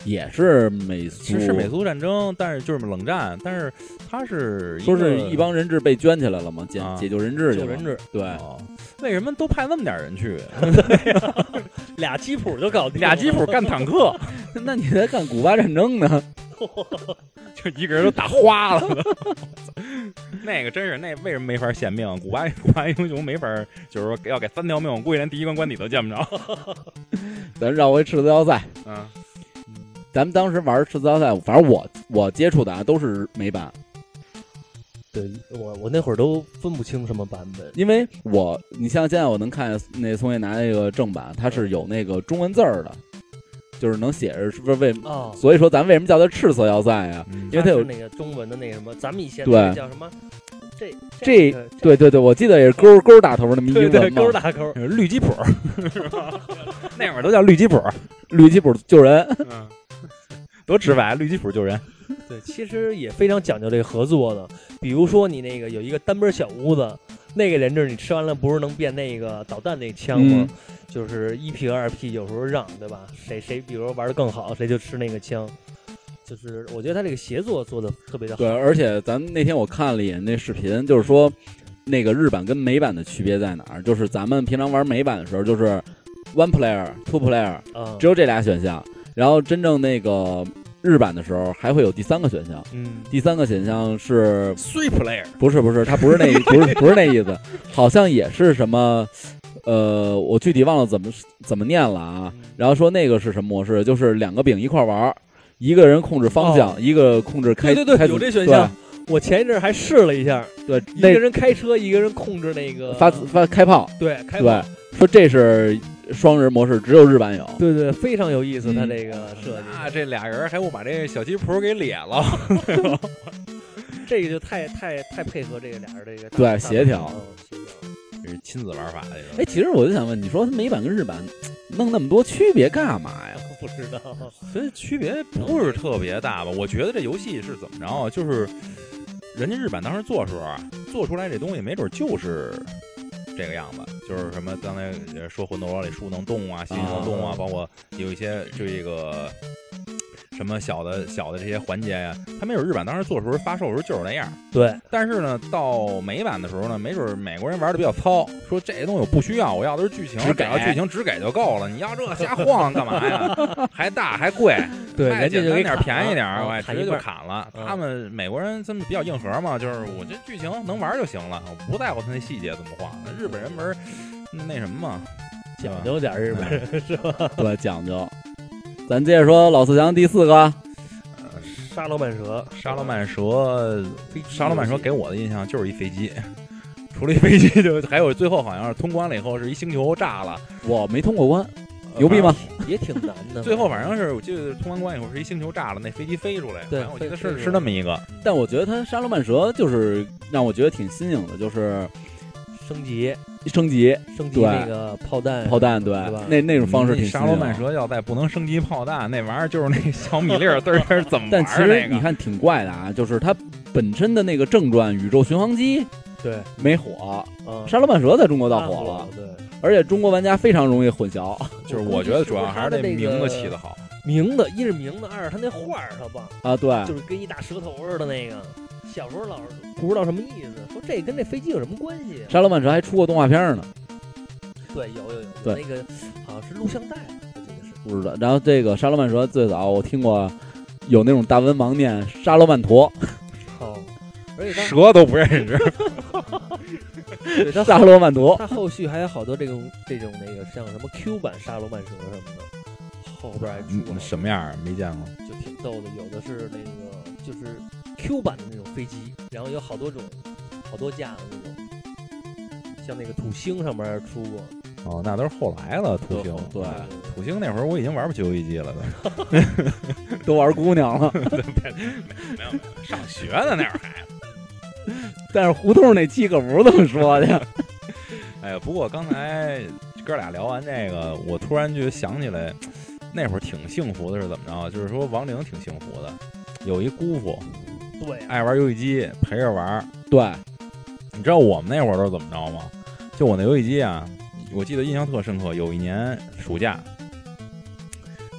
也是美苏， 是是美苏战争，但是就是冷战，但是它是说是一帮人质被捐起来了嘛，解、啊、解救人质去了， 救人质， 对、 哦，为什么都派那么点人去？ 俩吉普就搞定， 俩吉普干坦克， 那你在干古巴战争呢？ 就一个人都打花了。那个真是，那为什么没法献命？古巴古巴英雄没法，就是说要给三条命，我估计连第一关关底都见不着。 咱绕回赤子要塞， 嗯， 咱们当时玩赤子要塞，反正我我接触的啊都是美版。 对，我我那会儿都分不清什么版本， 因为我你像现在我能看那松叶拿那个正版，它是有那个中文字儿的。就是能写着是不是为、哦、所以说咱为什么叫它赤色要塞啊、嗯？因为它有那个中文的那个什么，咱们以前对叫什么？这这、 这对对对，我记得也是勾勾打头的迷英文嘛， 勾打头， 绿吉普，那会儿都叫绿吉普， 绿吉普救人， 嗯，多直白，绿吉普救人。 对，其实也非常讲究这个合作的，比如说你那个有一个单门小屋子，那个人质你吃完了不是能变那个导弹那枪吗？嗯，就是一 P 和二 P 有时候让，对吧？谁谁比如玩的更好，谁就吃那个枪。就是我觉得他这个协作做的特别的好。 对，而且咱那天我看了一眼那视频，就是说那个日版跟美版的区别在哪儿？就是咱们平常玩美版的时候，就是 one player、two player，、嗯、只有这俩选项。然后真正那个日版的时候，还会有第三个选项。 嗯， 第三个选项是 three player， 不是不是，它不是那不是不是那意思，好像也是什么。呃，我具体忘了怎么怎么念了啊。然后说那个是什么模式？就是两个饼一块玩，一个人控制方向，哦、一个控制开。 对对对，有这选项。我前一阵还试了一下， 对， 一个人开车，一个人控制那个发发开炮。 对，开炮。 对，说这是双人模式，只有日版有。 对对，非常有意思，他、嗯、这个设计。 啊，这俩人还不把这个小吉普给咧了。 这个就太太太配合这个俩人这个对协调。 这是亲子玩法的。 哎，其实我就想问，你说美版跟日版弄那么多区别干嘛呀？ 不知道， 所以区别不是特别大吧？我觉得这游戏是怎么着啊？就是人家日版当时做的时候啊，做出来这东西没准就是这个样子，就是什么刚才说魂斗罗里树能动啊，心能动啊，包括有一些这个。什么小的小的这些环节呀，他没准日版当时做的时候发售的时候就是那样。 对， 但是呢，到美版的时候呢，没准美国人玩的比较糙，说这些东西我不需要，我要的是剧情，只给剧情，只给就够了。你要这瞎晃干嘛呀？还大还贵， 对， 人家就给点便宜点，我还直接就砍了。他们美国人真的比较硬核嘛，就是我这剧情能玩就行了，我不在乎他那细节怎么画。日本人门那什么嘛， 讲究点日本人是吧？ 对，讲究。咱接着说老四强第四个，呃， 沙罗曼蛇， 沙罗曼蛇，沙罗曼蛇给我的印象就是一飞机，除了一飞机就还有最后好像是通关了以后是一星球炸了， 我没通过关，牛逼吗？ 也挺难的。 最后反正是我记得通完关以后是一星球炸了，那飞机飞出来， 对， 我记得是是那么一个。 但我觉得它沙罗曼蛇就是让我觉得挺新颖的，就是升级。 升级， 升级那个炮弹， 炮弹对，那那种方式挺。 沙罗曼蛇要再不能升级炮弹，那玩意儿就是那小米粒儿嘚嘚怎么玩、那个？ 但其实你看挺怪的啊，就是它本身的那个正传宇宙巡航机， 对， 没火。 嗯， 沙罗曼蛇在中国倒火了， 对， 而且中国玩家非常容易混淆。 就是我觉得主要还是这名字起得好， 名字一是名字，二是他那画儿特棒啊，对， 就是跟一大舌头似的那个。小时候老是不知道什么意思，说这跟这飞机有什么关系？ 沙罗曼蛇还出过动画片呢。 对，有有有，对，那个好像是录像带，我记得是。 不知道。然后这个沙罗曼蛇最早我听过有那种大文盲念沙罗曼陀， 哦，而且蛇都不认识。 沙罗曼陀， 它后续还有好多这种这种那个像什么 Q 版沙罗曼蛇什么的，后边还出过。 什么样没见过？ 就挺逗的，有的是那个就是 Q 版的那种飞机，然后有好多种，好多架的那种，像那个土星上面出过。 哦，那都是后来了，土星。 对， 土星那会儿我已经玩不起游戏机了， 都都玩姑娘了。 没有没有，上学的那会儿孩子。 但是胡同那期可不是这么说的。 哎呀，不过刚才哥俩聊完这个，我突然就想起来，那会儿挺幸福的，是怎么着？就是说王玲挺幸福的，有一姑父， 对， 爱玩游戏机，陪着玩。 对， 你知道我们那会儿都是怎么着吗？就我那游戏机啊。我记得印象特深刻，有一年暑假，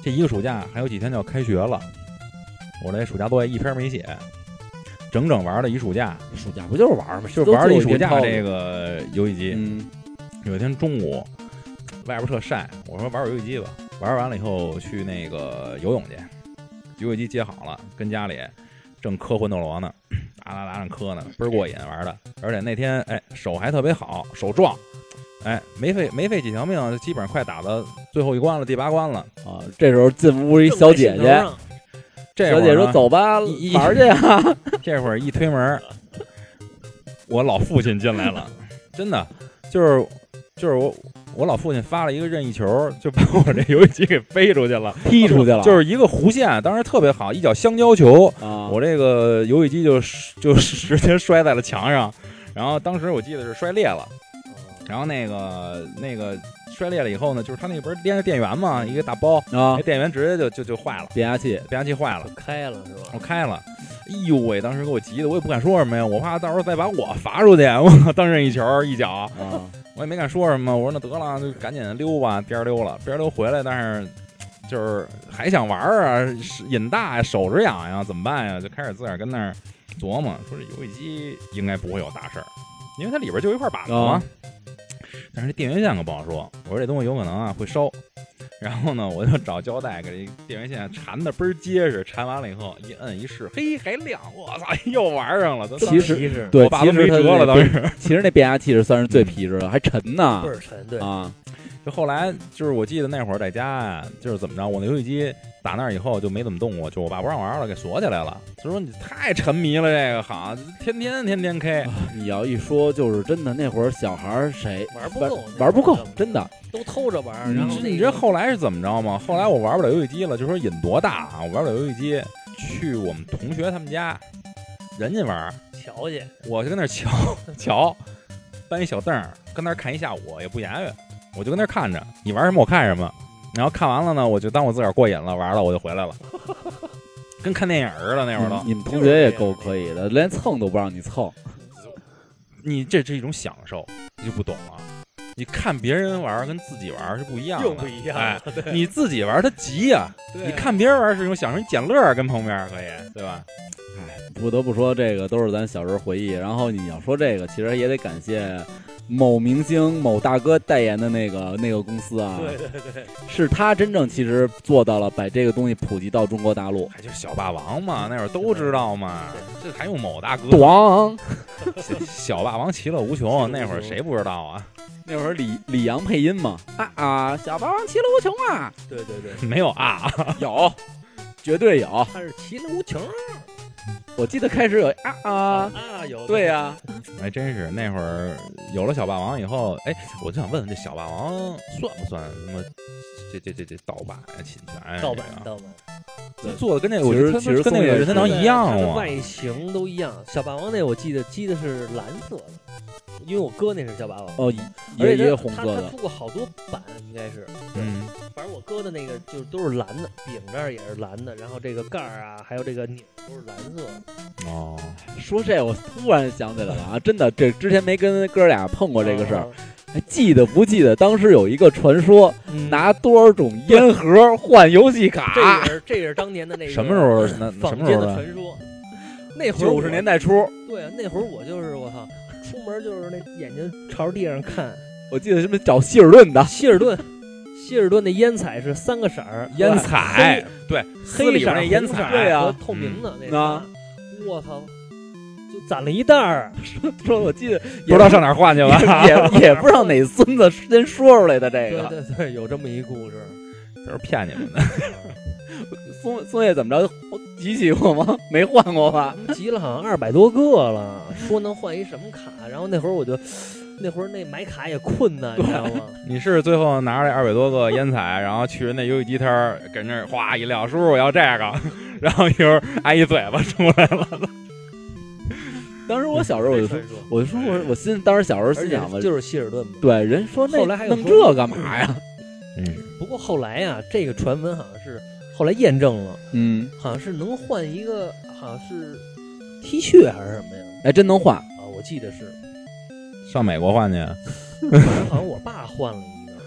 这一个暑假还有几天就要开学了，我这暑假作业一篇没写，整整玩了一暑假。 暑假不就是玩吗？ 就是玩了一暑假这个游戏机。 嗯， 有一天中午外边特晒，我说玩会游戏机吧。玩完了以后去那个游泳去，游戏机接好了，跟家里正磕魂斗罗呢，打打打上磕呢，倍儿过瘾玩的。而且那天哎手还特别好，手壮。哎，没费没费几条命，基本上快打到最后一关了，第八关了啊！这时候进屋一小姐姐， 这小姐说：“走吧，玩去呀！” 这会儿一推门，我老父亲进来了，真的就是就是我我老父亲发了一个任意球，就把我这游戏机给飞出去了， 踢出去了， 就是一个弧线，当时特别好，一脚香蕉球， 啊、 我这个游戏机就就直接摔在了墙上，然后当时我记得是摔裂了。然后那个那个摔裂了以后呢，就是它那不是连着电源嘛，一个大包啊， 那电源直接就就就坏了， 变压器变压器坏了， 开了是吧？ 我开了，哎呦喂，当时给我急的，我也不敢说什么呀，我怕到时候再把我罚出去，我当任意球一脚，啊，我也没敢说什么，我说那得了，就赶紧溜吧，边溜了，边溜回来，但是就是还想玩啊，瘾大呀，手指痒痒，怎么办呀？就开始自个儿跟那儿琢磨，说这游戏机应该不会有大事儿，因为它里边就一块板子嘛。啊，但是这电源线可不好说，我说这东西有可能啊会烧，然后呢我就找胶带给这电源线缠的倍儿结实，缠完了以后一摁一试，嘿还亮，我操又玩上了。 其实对， 我爸都没辙了当时。 其实那变压器是算是最皮实的，还沉呢， 倍儿沉，对啊。 就后来就是我记得那会儿在家呀，就是怎么着，我那游戏机打那儿以后就没怎么动过，就我爸不让玩了，给锁起来了。就说你太沉迷了，这个好，天天天天 K。 你要一说就是真的，那会儿小孩谁玩不够， 玩不够，真的都偷着玩。 嗯、 然后你知道后来是怎么着吗？后来我玩不了游戏机了，就说瘾多大啊！我玩不了游戏机，去我们同学他们家，人家玩瞧去， 我就跟那儿瞧瞧，搬一小凳儿跟那儿看一下午，也不言语。我就跟那儿看着，你玩什么我看什么，然后看完了呢，我就当我自个儿过瘾了，玩了我就回来了，跟看电影似的那会儿都。 你们同学也够可以的，连蹭都不让你蹭。 你这是一种享受，你就不懂了。你看别人玩跟自己玩是不一样的， 又不一样。 哎，你自己玩他急呀、啊，你看别人玩是一种享受，你捡乐跟旁边可以，对吧？ 哎，不得不说这个都是咱小时候回忆。然后你要说这个，其实也得感谢某明星、某大哥代言的那个那个公司啊， 对对对， 是他真正其实做到了把这个东西普及到中国大陆。 还就是小霸王嘛，那会儿都知道嘛，这还用某大哥？ 咣， 小霸王其乐无穷，那会儿谁不知道啊？ 那会儿李李阳配音嘛，啊啊，小霸王其乐无穷啊！ 对对对， 没有啊， 有，绝对有， 他是其乐无穷。 我记得开始有啊啊啊有， 对呀、啊， 还真是那会儿有了小霸王以后，哎，我就想问问这小霸王算不算什么？这这这这盗版呀、侵权呀？ 盗版盗版， 这做的跟那个其实其实跟那个任天堂一样啊，外形都一样。小霸王那我记得机的是蓝色的，因为我哥那是小霸王哦，也也红色的。 他出过好多版，应该是。 嗯， 反正我哥的那个就都是蓝的，柄这儿也是蓝的，然后这个盖儿啊，还有这个钮都是蓝色的。 哦， 说这我突然想起来了啊，真的，这之前没跟哥俩碰过这个事儿。 哦还记得不记得当时有一个传说， 嗯、 拿多少种烟盒换游戏卡？ 这也是这也是当年的那个什么时候？那坊间的传说。那会儿九十年代初， 对啊，那会儿我就是我操，出门就是那眼睛朝着地上看。 我记得什么找希尔顿的， 希尔顿，希尔顿的烟彩是三个色儿， 烟彩对， 黑色那烟彩对啊， 和透明的那个， 我操。攒了一袋儿， 说说我记得不知道上哪儿换去了， 也也不知道哪孙子先说出来的这个。 对对对，有这么一故事， 这是骗你们的。 松松叶怎么着集齐过吗？没换过吧？ 集了好像二百多个了，说能换一什么卡，然后那会儿我就，那会儿那买卡也困难，你知道吗？ 你是最后拿着二百多个烟彩，然后去人那游戏机摊儿，跟那儿哗一撂，叔叔我要这个，然后一会儿挨一嘴巴出来了。 当时我小时候我就说，我就说我我心当时小时候心想嘛， 就是希尔顿嘛。 对，人说那后来还有弄这干嘛呀？ 嗯， 不过后来呀，这个传闻好像是后来验证了， 嗯， 好像是能换一个，好像是 T 恤还是什么呀？ 哎，真能换啊！我记得是上美国换去， 好像我爸换了一个。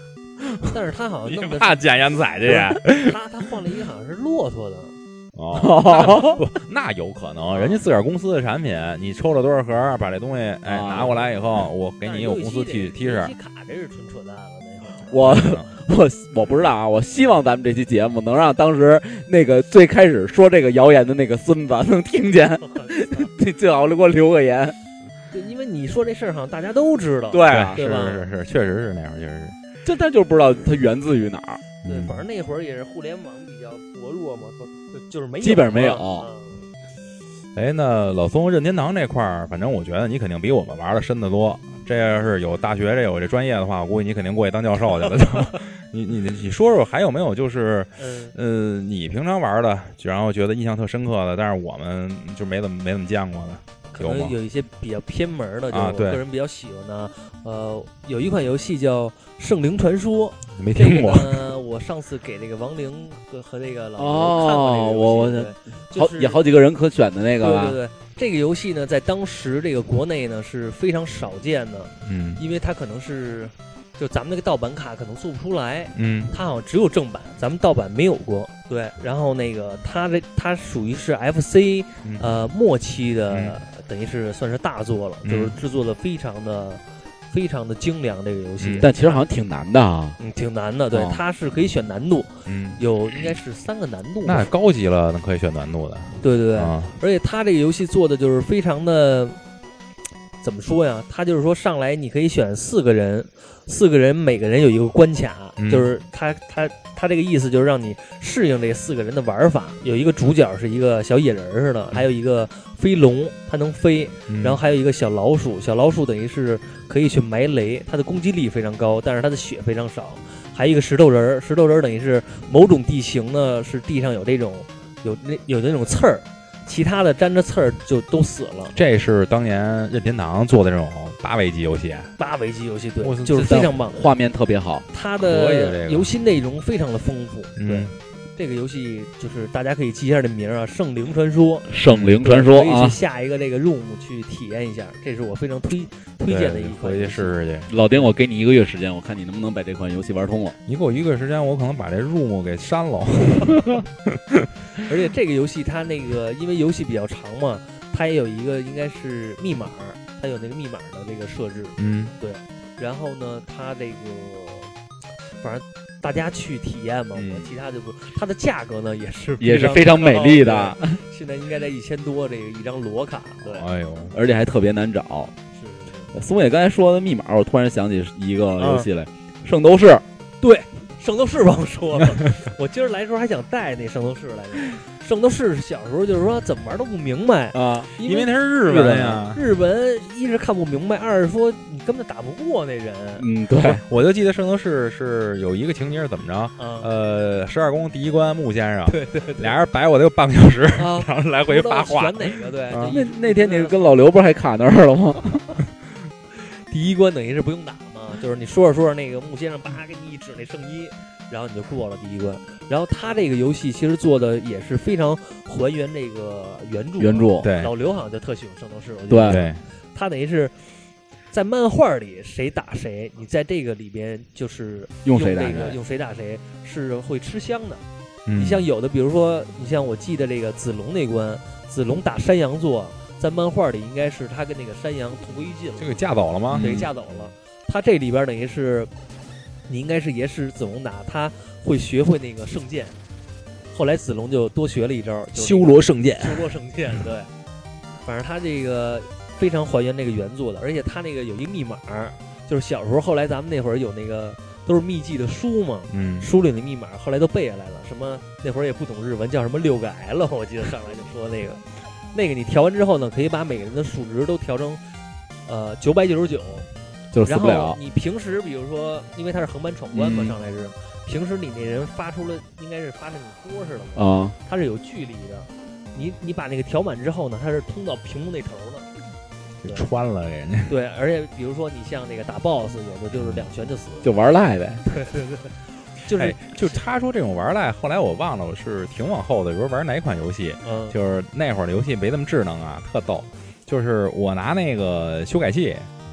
但是他好像弄的怕捡烟彩去， 他他换了一个好像是骆驼的。 哦，不，那有可能，人家自个儿公司的产品，你抽了多少盒，把这东西哎拿过来以后，我给你有公司 T T 恤。 卡这是纯扯淡了， 我我我不知道啊，我希望咱们这期节目能让当时那个最开始说这个谣言的那个孙子能听见，你最好给我留个言。 对，因为你说这事儿好像大家都知道， 对啊， 是是是，确实是那会儿，确实是， 就他就不知道它源自于哪儿。 对，反正那会儿也是互联网比较薄弱嘛，就就是没有， 基本上没有。 哎、嗯，那老松任天堂这块儿，反正我觉得你肯定比我们玩的深得多。这要是有大学这有这专业的话，我估计你肯定过去当教授去了就。你你你说说还有没有就是，嗯、呃，你平常玩的，然后觉得印象特深刻的，但是我们就没怎么没怎么见过的。 可能有一些比较偏门的，就是我个人比较喜欢的。啊、呃，有一款游戏叫《圣灵传说》， 没听过。 这个呢，我上次给这个王玲和和那个老刘看过这个游戏， 我我好也好几个人可选的那个。 对对对，这个游戏呢，在当时这个国内呢是非常少见的， 嗯， 因为它可能是就咱们那个盗版卡可能做不出来， 嗯， 它好像只有正版，咱们盗版没有过。对，然后那个它这它属于是 F C、嗯、呃末期的。嗯，等于是算是大作了，就是制作的非常的、嗯、非常的精良这个游戏、 嗯，但其实好像挺难的啊， 嗯，挺难的，对，哦、它是可以选难度， 嗯， 有应该是三个难度， 那高级了，那可以选难度的， 对对对， 啊、 而且它这个游戏做的就是非常的，怎么说呀？它就是说上来你可以选四个人，四个人每个人有一个关卡， 嗯、 就是它它。他这个意思就是让你适应这四个人的玩法，有一个主角是一个小野人似的，还有一个飞龙，它能飞， 嗯、 然后还有一个小老鼠，小老鼠等于是可以去埋雷，它的攻击力非常高，但是它的血非常少，还有一个石头人，石头人等于是某种地形呢是地上有这种有那有那种刺儿，其他的沾着刺儿就都死了。 这是当年任天堂做的这种八维级游戏， 八维级游戏，对，就是非常棒， 画面特别好， 它的游戏内容非常的丰富。 嗯、 对，这个游戏就是大家可以记一下这名啊，《圣灵传说》。 圣灵传说可以去下一个这个 room 去体验一下，这是我非常推推荐的一款。 回去试试去。 老丁，我给你一个月时间，我看你能不能把这款游戏玩通了。 你给我一个月时间，我可能把这 room 给删了。 而且这个游戏它那个因为游戏比较长嘛，它也有一个应该是密码。它有那个密码的这个设置， 嗯， 对。然后呢，它这个反正大家去体验嘛， 嗯、 我其他就不。它的价格呢也是也是非常美丽的， 现在应该在一千多这个一张裸卡，对， 哎呦， 而且还特别难找。 是。 松野刚才说的密码，我突然想起一个游戏来，嗯《圣斗士》。 对，圣斗士忘说了，我今儿来的时候还想带那圣斗士来着。圣斗士小时候就是说怎么玩都不明白啊， 因为它是日文呀。 日文一是看不明白，二是说你根本打不过那人。 嗯，对， 我就记得圣斗士是有一个情节是怎么着？ 啊、 呃，十二宫第一关木先生， 对 对, 对， 俩人摆我得有半个小时， 啊、 然后来回发话。 选哪个？对， 啊、 那那天你跟老刘不是还卡那儿了吗？ 第一关等于是不用打嘛，就是你说着说着那个木先生叭给你一指那圣衣。然后你就过了第一关，然后他这个游戏其实做的也是非常还原这个原著。 原著对， 老刘好像就特喜欢圣斗士，我觉得对， 他等于是在漫画里谁打谁，你在这个里边就是用谁打谁，用谁打谁是会吃香的。 嗯、 你像有的，比如说你像我记得这个子龙那关，子龙打山羊座，在漫画里应该是他跟那个山羊同归于尽了， 这个架走了吗？ 对，架走了。他这里边等于是。你应该是也是子龙打，他会学会那个圣剑，后来子龙就多学了一招，就是、 修罗圣剑。 修罗圣剑，对，反正他这个非常还原那个原作的，而且他那个有一密码，就是小时候后来咱们那会儿有那个都是秘籍的书嘛， 嗯， 书里的密码后来都背下来了，什么那会儿也不懂日文，叫什么六个 L， 我记得上来就说那个，那个你调完之后呢，可以把每个人的数值都调成呃九百九十九。 就是死不了。 然后你平时比如说，因为它是横版闯关嘛， 嗯、 上来是平时你那人发出了，应该是发那种波似的嘛， 啊， 它是有距离的。你你把那个调满之后呢，它是通到屏幕那头的，穿了人家。 对，而且比如说你像那个打 boss， 有的就是两拳就死， 就玩赖呗。 对对对，就是、 哎、就他说这种玩赖，后来我忘了我是挺往后的，比如玩哪款游戏， 嗯， 就是那会儿的游戏没那么智能啊，特逗。就是我拿那个修改器。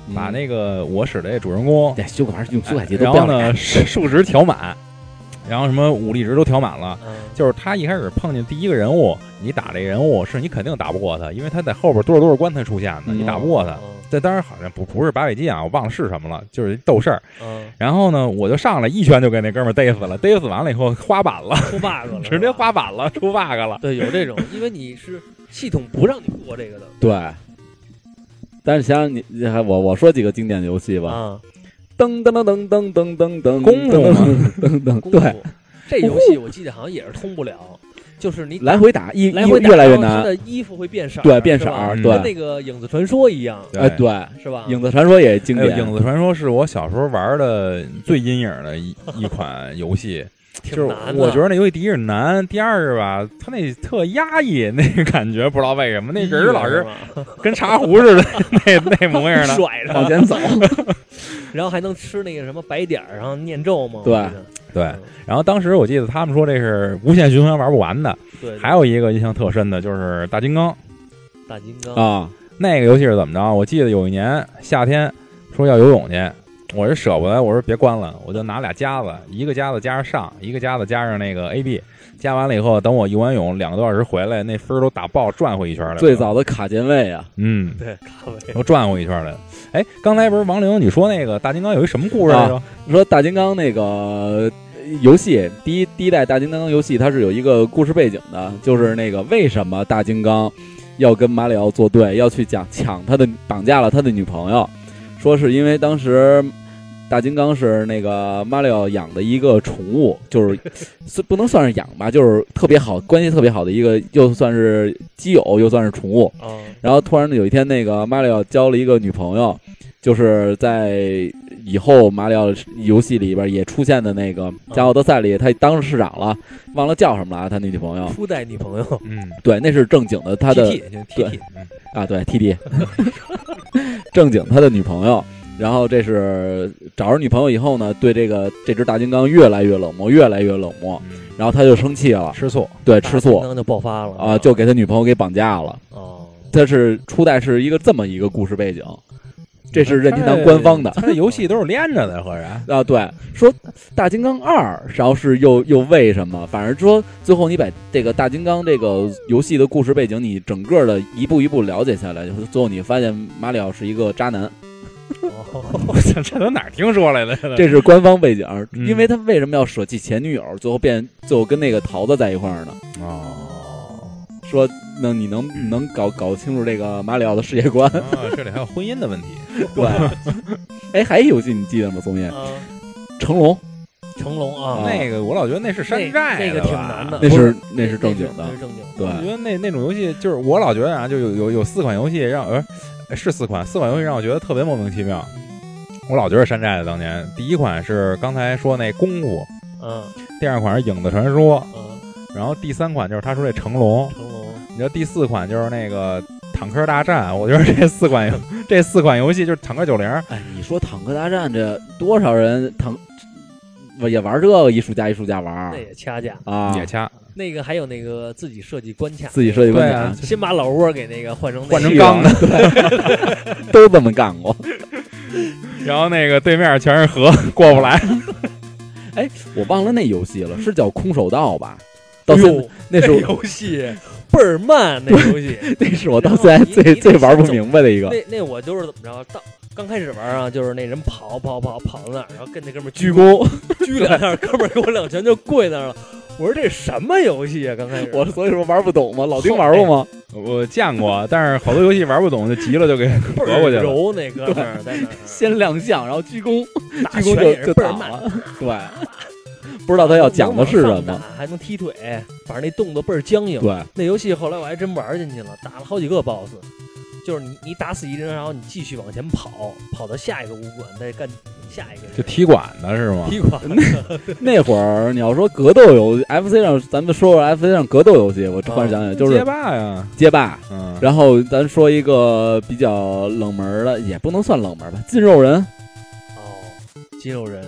把那个我使的这主人公， 对，修改玩意儿用修改器都然后呢数值调满，然后什么武力值都调满了。 嗯， 就是他一开始碰见第一个人物，你打这个人物是你肯定打不过他，因为他在后边多少多少关才出现的， 嗯、 你打不过他。 嗯这当然好像不不是八尾机啊，我忘了是什么了，就是斗事儿。 嗯， 然后呢，我就上来一拳就给那哥们儿逮死了，逮死完了以后花板了， 出 bug 了， 直接花板了，出 bug 了。 对，有这种，因为你是系统不让你过这个的。 对。但是想想你，我我说几个经典的游戏吧。 啊， 噔噔噔噔噔噔噔噔， 功夫嘛， 噔噔， 功夫对， 这游戏我记得好像也是通不了。就是你来回打，一来回打越来越难， 他的衣服会变色， 对，变色， 嗯对， 跟那个影子传说一样， 哎，对， 是吧？ 影子传说也经典， 哎、影子传说是我小时候玩的最阴影的一一款游戏。就是我觉得那游戏第一是难，第二是吧，他那特压抑，那个感觉不知道为什么，那人老是跟茶壶似的，那那模样的， 甩着往前走， 然后还能吃那个什么白点儿，然后念咒嘛。 对对，然后当时我记得他们说这是无限循环玩不完的。 对， 还有一个印象特深的就是大金刚。 大金刚啊， 那个游戏是怎么着？我记得有一年夏天说要游泳去。我是舍不得，我说别关了，我就拿俩夹子，一个夹子加上上，一个夹子加上那个 A B， 加完了以后，等我游完泳两个多小时回来，那分都打爆，转回一圈来了。 最早的卡键位啊， 嗯， 对，卡位都转回一圈来了。哎，刚才不是王玲你说那个大金刚有一什么故事来着？ 啊、你说大金刚那个游戏，第一第一代大金刚游戏，它是有一个故事背景的，就是那个为什么大金刚要跟马里奥作对，要去讲抢他的绑架了他的女朋友，说是因为当时。大金刚是那个马里奥养的一个宠物，就是不能算是养吧，就是特别好，关系特别好的一个，又算是基友，又算是宠物。 哦、 然后突然有一天，那个马里奥交了一个女朋友，就是在以后马里奥游戏里边也出现的那个加奥德赛里，他当上市长了，忘了叫什么了，他那女朋友。 初代女朋友， 嗯， 对，那是正经的，他的 T T， 对啊，对 T T， 正经他的女朋友。然后这是找着女朋友以后呢，对这个这只大金刚越来越冷漠，越来越冷漠， 嗯、 然后他就生气了， 吃醋， 对，吃醋， 就爆发了啊，就给他女朋友给绑架了。 哦， 他是初代是一个这么一个故事背景，这是任天堂官方的。 他这游戏都是连着的，合着啊，对，说大金刚二，然后是又又为什么？反正说最后你把这个大金刚这个游戏的故事背景，你整个的一步一步了解下来，最后你发现马里奥是一个渣男。 哦，这都哪儿听说来的？ 这是官方背景， 嗯、 因为他为什么要舍弃前女友，最后变最后跟那个桃子在一块儿呢？ 哦， 说那你能能搞搞清楚这个马里奥的世界观？ 哦，这里还有婚姻的问题。 对，哎，还有游戏你记得吗？松叶， 嗯、 成龙， 成龙啊， 那个我老觉得那是山寨那，那个挺难的， 那是那是正经的， 那是正经的。 对， 我觉得那那种游戏就是我老觉得啊，就有有有四款游戏让呃。是四款，四款游戏让我觉得特别莫名其妙。我老觉得山寨的。当年第一款是刚才说那功夫， 嗯， 第二款是影子传说， 嗯， 然后第三款就是他说这成龙， 成龙， 你知道第四款就是那个坦克大战。我觉得这四款这四款游戏就是坦克九零。 哎，你说坦克大战这多少人坦也玩这个，艺术家艺术家玩， 那也掐架啊， 也掐。 那个还有那个自己设计关卡， 自己设计关卡， 啊、 先把老窝给那个换成换成钢的， 都这么干过。 然后那个对面全是河，过不来。 哎，我忘了那游戏了，是叫空手道吧？到现在那是游戏倍儿慢，那游戏那是我到现在最最玩不明白的一个。 那那我就是怎么着到。刚开始玩啊，就是那人跑跑跑跑到那儿，然后跟那哥们鞠躬， 鞠两下，哥们儿给我两拳就跪那儿了。我说这什么游戏啊？刚开始我所以说玩不懂嘛。老丁玩过吗？ 我见过，但是好多游戏玩不懂，就急了就给合过去了。 揉那哥们儿在那儿先亮相，然后鞠躬， 鞠躬就就打了。对，不知道他要讲的是什么， 还能踢腿，反正那动作倍儿僵硬。 对， 那游戏后来我还真玩进去了，打了好几个 boss。就是你，你打死一人，然后你继续往前跑，跑到下一个武馆，再干下一个人。 就踢馆的是吗？ 踢馆那那会儿你要说格斗游 ，F C 上咱们说说 F C 上格斗游戏，我突然想起来，就是街霸呀， 街霸。 嗯， 然后咱说一个比较冷门的，也不能算冷门吧，筋肉人。 哦，筋肉人，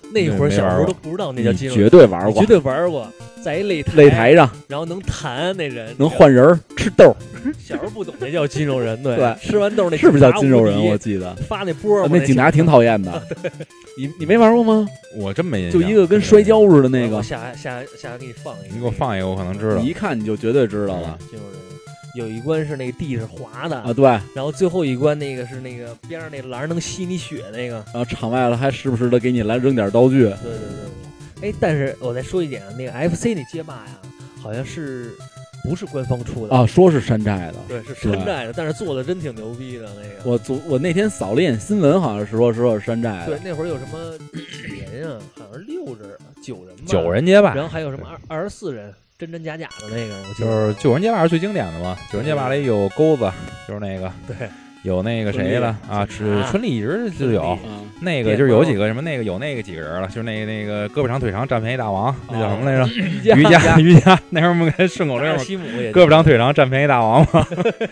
那会儿小时候都不知道那叫金融人， 绝对玩过， 绝对玩过，在一擂台擂台上， 然后能弹那人， 能换人吃豆。 小时候不懂那叫金肉人，对， 对吃完豆那是不是叫金肉人？我记得发那波， 那警察挺讨厌的。你你没玩过吗？ 我真没印象，就一个跟摔跤似的那个。 我下下下给你放一个， 你给我放一个，我可能知道。 你一看你就绝对知道了。 金肉人有一关是那个地是滑的啊，对。 然后最后一关那个是那个边上那栏能吸你血那个。 然后场外了还时不时的给你来扔点刀具。 对对对。哎，但是我再说一点啊，那个 F C 那街霸呀，好像是。不是官方出的啊，说是山寨的， 对，是山寨的，但是做的真挺牛逼的那个。 我昨我那天扫了一眼新闻，好像是说说是山寨的。 对，那会儿有什么几人啊？好像是六人、九人吧。 九人街霸， 然后还有什么二二十四人，真真假假的那个，我记得。就是九人街霸是最经典的嘛？九人街霸里有钩子，就是那个。 对。 有那个谁了啊？是春丽一直就有，那个就是有几个什么那个有那个几个人了，就是那个那个胳膊长腿长占便宜大王，那叫什么来着？瑜伽瑜伽，那时候我们跟顺口溜嘛，胳膊长腿长占便宜大王嘛。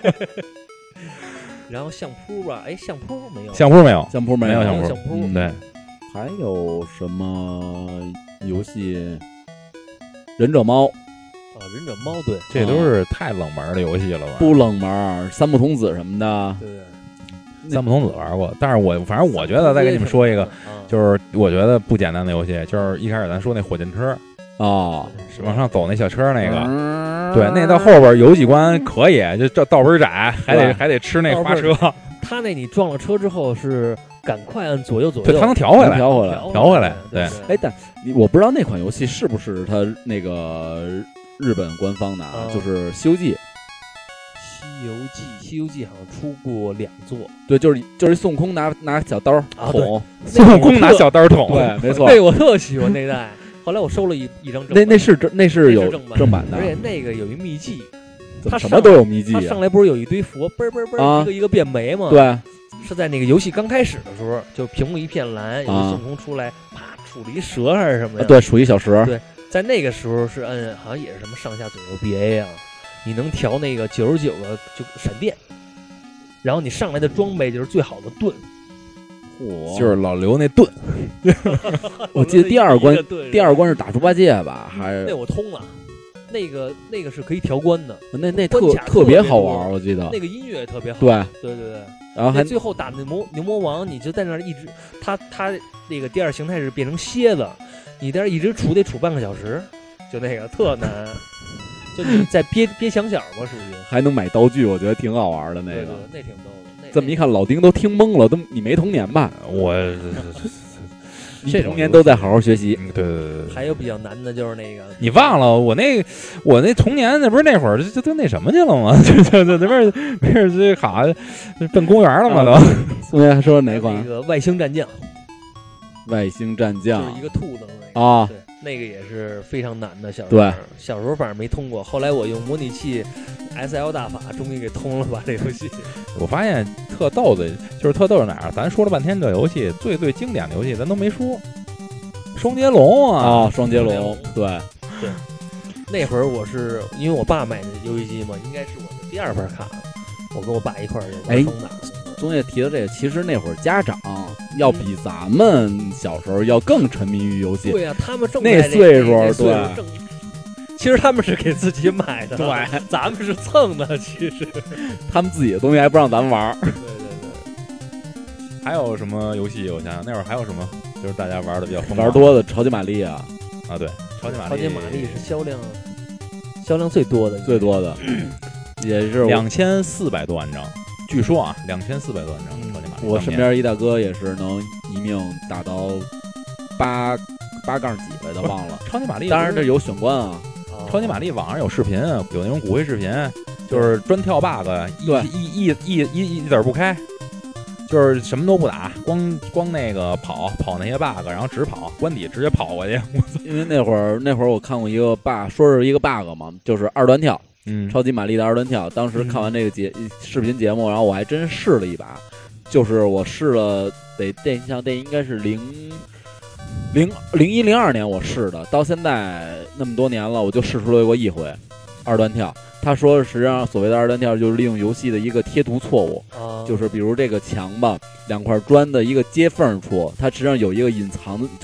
然后相扑吧，哎，相扑没有， 相扑没有， 相扑没有， 相扑， 相扑对。 还有什么游戏？忍者猫。 啊，忍者猫，对， 这都是太冷门的游戏了吧？ 不冷门，三木童子什么的。 对对， 三木童子玩过，但是我反正我觉得再给你们说一个，就是我觉得不简单的游戏，就是一开始咱说那火箭车哦， 往上走那小车那个，嗯、对，那到后边有几关可以，就这道边窄，还得还得吃那滑车。 他那你撞了车之后是赶快按左右左右， 对，他能调回来， 调回来， 调回来。对， 哎，但我不知道那款游戏是不是他那个。日本官方的啊， 嗯、 就是《西游记》。 西游记，《西游记》好像出过两座。 对，就是就是孙悟空拿拿小刀捅， 孙悟空拿小刀捅， 对，没错。 那我特喜欢那代，后来我收了一一张正版。 那那是正那是有正版的， 而且那个有一秘技，他什么都有秘技、啊。 他上来不是有一堆佛，嘣嘣嘣，一个一个变没吗？ 对， 是在那个游戏刚开始的时候，就屏幕一片蓝，有孙悟空出来，啪杵了一蛇还是什么呀？ 对，杵一小蛇。 对。在那个时候是摁，好像也是什么上下左右 B A 啊，你能调那个九十九个就闪电，然后你上来的装备就是最好的盾， 嚯， 就是老刘那盾。 我记得第二关，第二关是打猪八戒吧？还是那我通了，那个那个是可以调关的， 那那特特别好玩，我记得那个音乐也特别好。 对对对对， 然后还最后打那魔牛魔王，你就在那儿一直，他他那个第二形态是变成蝎子。你在这一直杵得杵半个小时，就那个特难，就你在憋憋墙角嘛，属于还能买道具，我觉得挺好玩的那个， 对对那挺逗的。 这么一看，老丁都听懵了，都你没童年吧？ 我这童年都在好好学习。 对对对对。 还有比较难的就是那个， 你忘了我那我那童年那不是那会儿就就那什么去了吗？就就就那边没事这好奔公园了嘛都。 宋爷说哪款？ 那个外星战将。 外星战将就是一个兔子那个啊， 对，那个也是非常难的。小时候对， 小时候反正没通过，后来我用模拟器 S L 大法终于给通了吧这游戏。 我发现特逗的，就是特逗是哪儿？咱说了半天这游戏最最经典的游戏，咱都没说。双截龙啊， 啊，双截龙，对对。那会儿我是因为我爸买的游戏机嘛，应该是我的第二盘卡，我跟我爸一块儿玩双打。 宗爷提的这个，其实那会儿家长要比咱们小时候要更沉迷于游戏。 对呀、啊，他们正那岁数， 对，其实他们是给自己买的， 对， 咱们是蹭的。其实他们自己的东西还不让咱们玩。 对对对。 还有什么游戏？我想想，那会儿还有什么？就是大家玩的比较疯狂玩多的超级玛丽啊啊，对，超级玛丽， 超级玛丽是销量销量最多的， 最多的，也是两千四百多万张。据说啊，两千四百多万张超级玛丽。 我身边一大哥也是能一命打到八八杠几来的，忘了。 超级玛丽当然这有选关啊。 超级玛丽网上有视频，有那种骨灰视频，就是专跳 bug， 一一一一一一点不开，就是什么都不打，光光那个跑跑那些 bug， 然后直跑关底直接跑过去。 因为那会儿那会儿我看过一个 bug， 说是一个 bug 嘛，就是二段跳。 嗯， 超级玛丽的二段跳，当时看完这个节、嗯、视频节目，然后我还真试了一把，就是我试了得这像这应该是零零零一零二年我试的，到现在那么多年了，我就试出来过一回二段跳。他说实际上所谓的二段跳就是利用游戏的一个贴图错误， 啊、 就是比如这个墙吧，两块砖的一个接缝处，它实际上有一个隐藏的，就是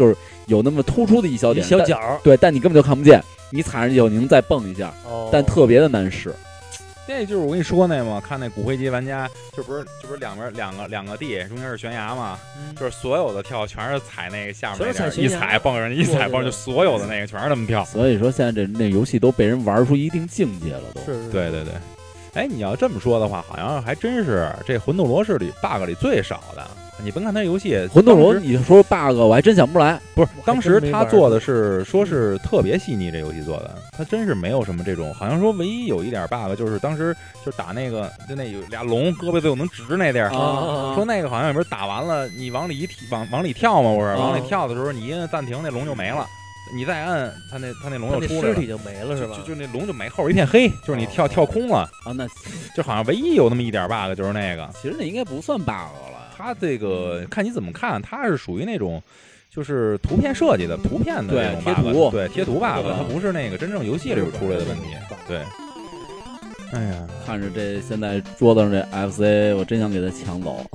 有那么突出的一小点， 一小角， 对，但你根本就看不见，你踩上去以后你能再蹦一下， 哦、 但特别的难使。 那就是我跟你说那嘛，看那骨灰级玩家，这不是这不是两边两个两个地，中间是悬崖嘛， 嗯、 就是所有的跳全是踩那个下面那点， 一踩蹦上，一踩蹦就所有的那个全是那么跳。 所以说现在这那游戏都被人玩出一定境界了，都是， 对对对。哎，你要这么说的话，好像还真是这魂斗罗是里 bug 里最少的。你甭看它游戏魂斗罗，你说 bug 我还真想不出来。 不是，当时他做的是说是特别细腻，这游戏做的，他真是没有什么这种，好像说唯一有一点 bug 就是当时就打那个就那有俩龙胳膊最后能直那地儿， 啊、 说那个好像有边打完了，你往里一往往里跳嘛，不是、啊、往里跳的时候，你一摁暂停，那龙就没了。你再按它那它那龙就出来了， 尸体就没了是吧？ 就就那龙就没，后边一片黑，就是你跳、哦、跳空了啊。那就好像唯一有那么一点 bug 就是那个。 其实那应该不算 bug 了。 它这个看你怎么看，它是属于那种就是图片设计的图片的那种 bug， 贴图， 对贴图 bug， 它不是那个真正游戏里出来的问题。对。哎呀， 看着这现在桌子上这 F C， 我真想给它抢走。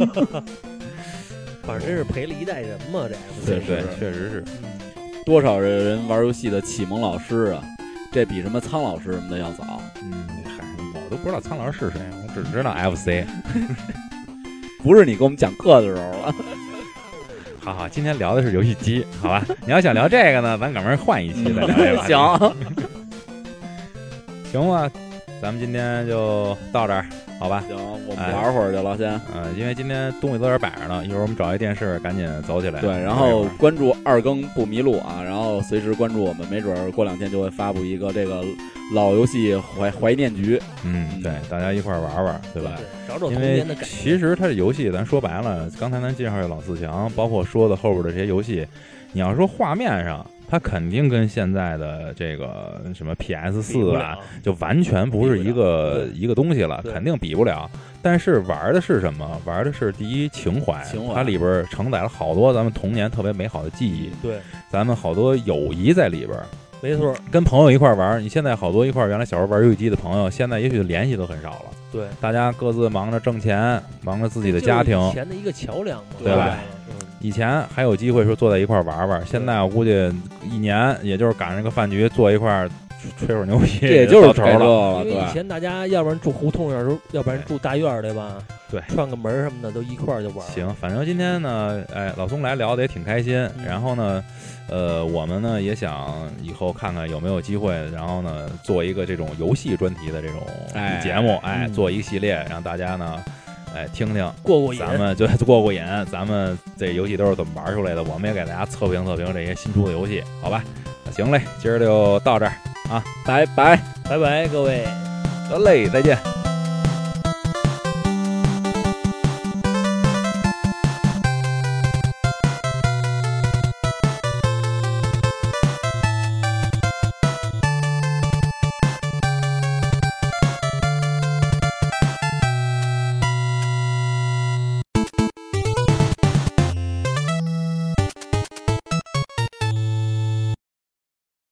反正真是陪了一代人嘛，这 F C 对对，确实是。 多少人玩游戏的启蒙老师啊，这比什么苍老师什么的要早。 嗯，嗨，我都不知道苍老师是谁，我只知道 F C。 不是你给我们讲课的时候了。 好好，今天聊的是游戏机，好吧？你要想聊这个呢，咱赶明儿换一期再聊这个。 行， 行吧，咱们今天就到这儿。好吧， 行，我们玩会儿去了，先。 嗯、呃，因为今天东西都有点摆着呢，一会儿我们找一电视，赶紧走起来。 对，然后关注二更不迷路啊，然后随时关注我们，没准过两天就会发布一个这个老游戏怀怀念局。 嗯，对，大家一块玩玩，对吧？ 对，找找童年的感觉。 其实它这游戏，咱说白了，刚才咱介绍的老四强，包括说的后边的这些游戏，你要说画面上。它肯定跟现在的这个什么 P S 四 啊，就完全不是一个一个东西了，肯定比不了。但是玩的是什么？玩的是第一情怀， 情怀它里边承载了好多咱们童年特别美好的记忆。 对， 咱们好多友谊在里边。 没错， 跟朋友一块玩，你现在好多一块原来小时候玩游戏机的朋友，现在也许联系都很少了。 对， 大家各自忙着挣钱，忙着自己的家庭， 以前的一个桥梁嘛， 对吧？以前还有机会说坐在一块玩玩，现在我估计一年也就是赶上个饭局坐一块吹会儿牛逼， 这也就是头了。 因为以前大家要不然住胡同院，要不然住大院，对吧？ 对， 串个门什么的都一块就玩。 行，反正今天呢，哎，老宋来聊的也挺开心。 嗯、 然后呢，呃，我们呢也想以后看看有没有机会，然后呢做一个这种游戏专题的这种节目，哎，哎嗯、 做一个系列，让大家呢。哎，听听过过瘾， 咱们就过过瘾。咱们这游戏都是怎么玩出来的？我们也给大家测评测评这些新出的游戏，好吧？行嘞，今儿就到这儿啊， 拜拜， 拜拜，各位， 得嘞，再见。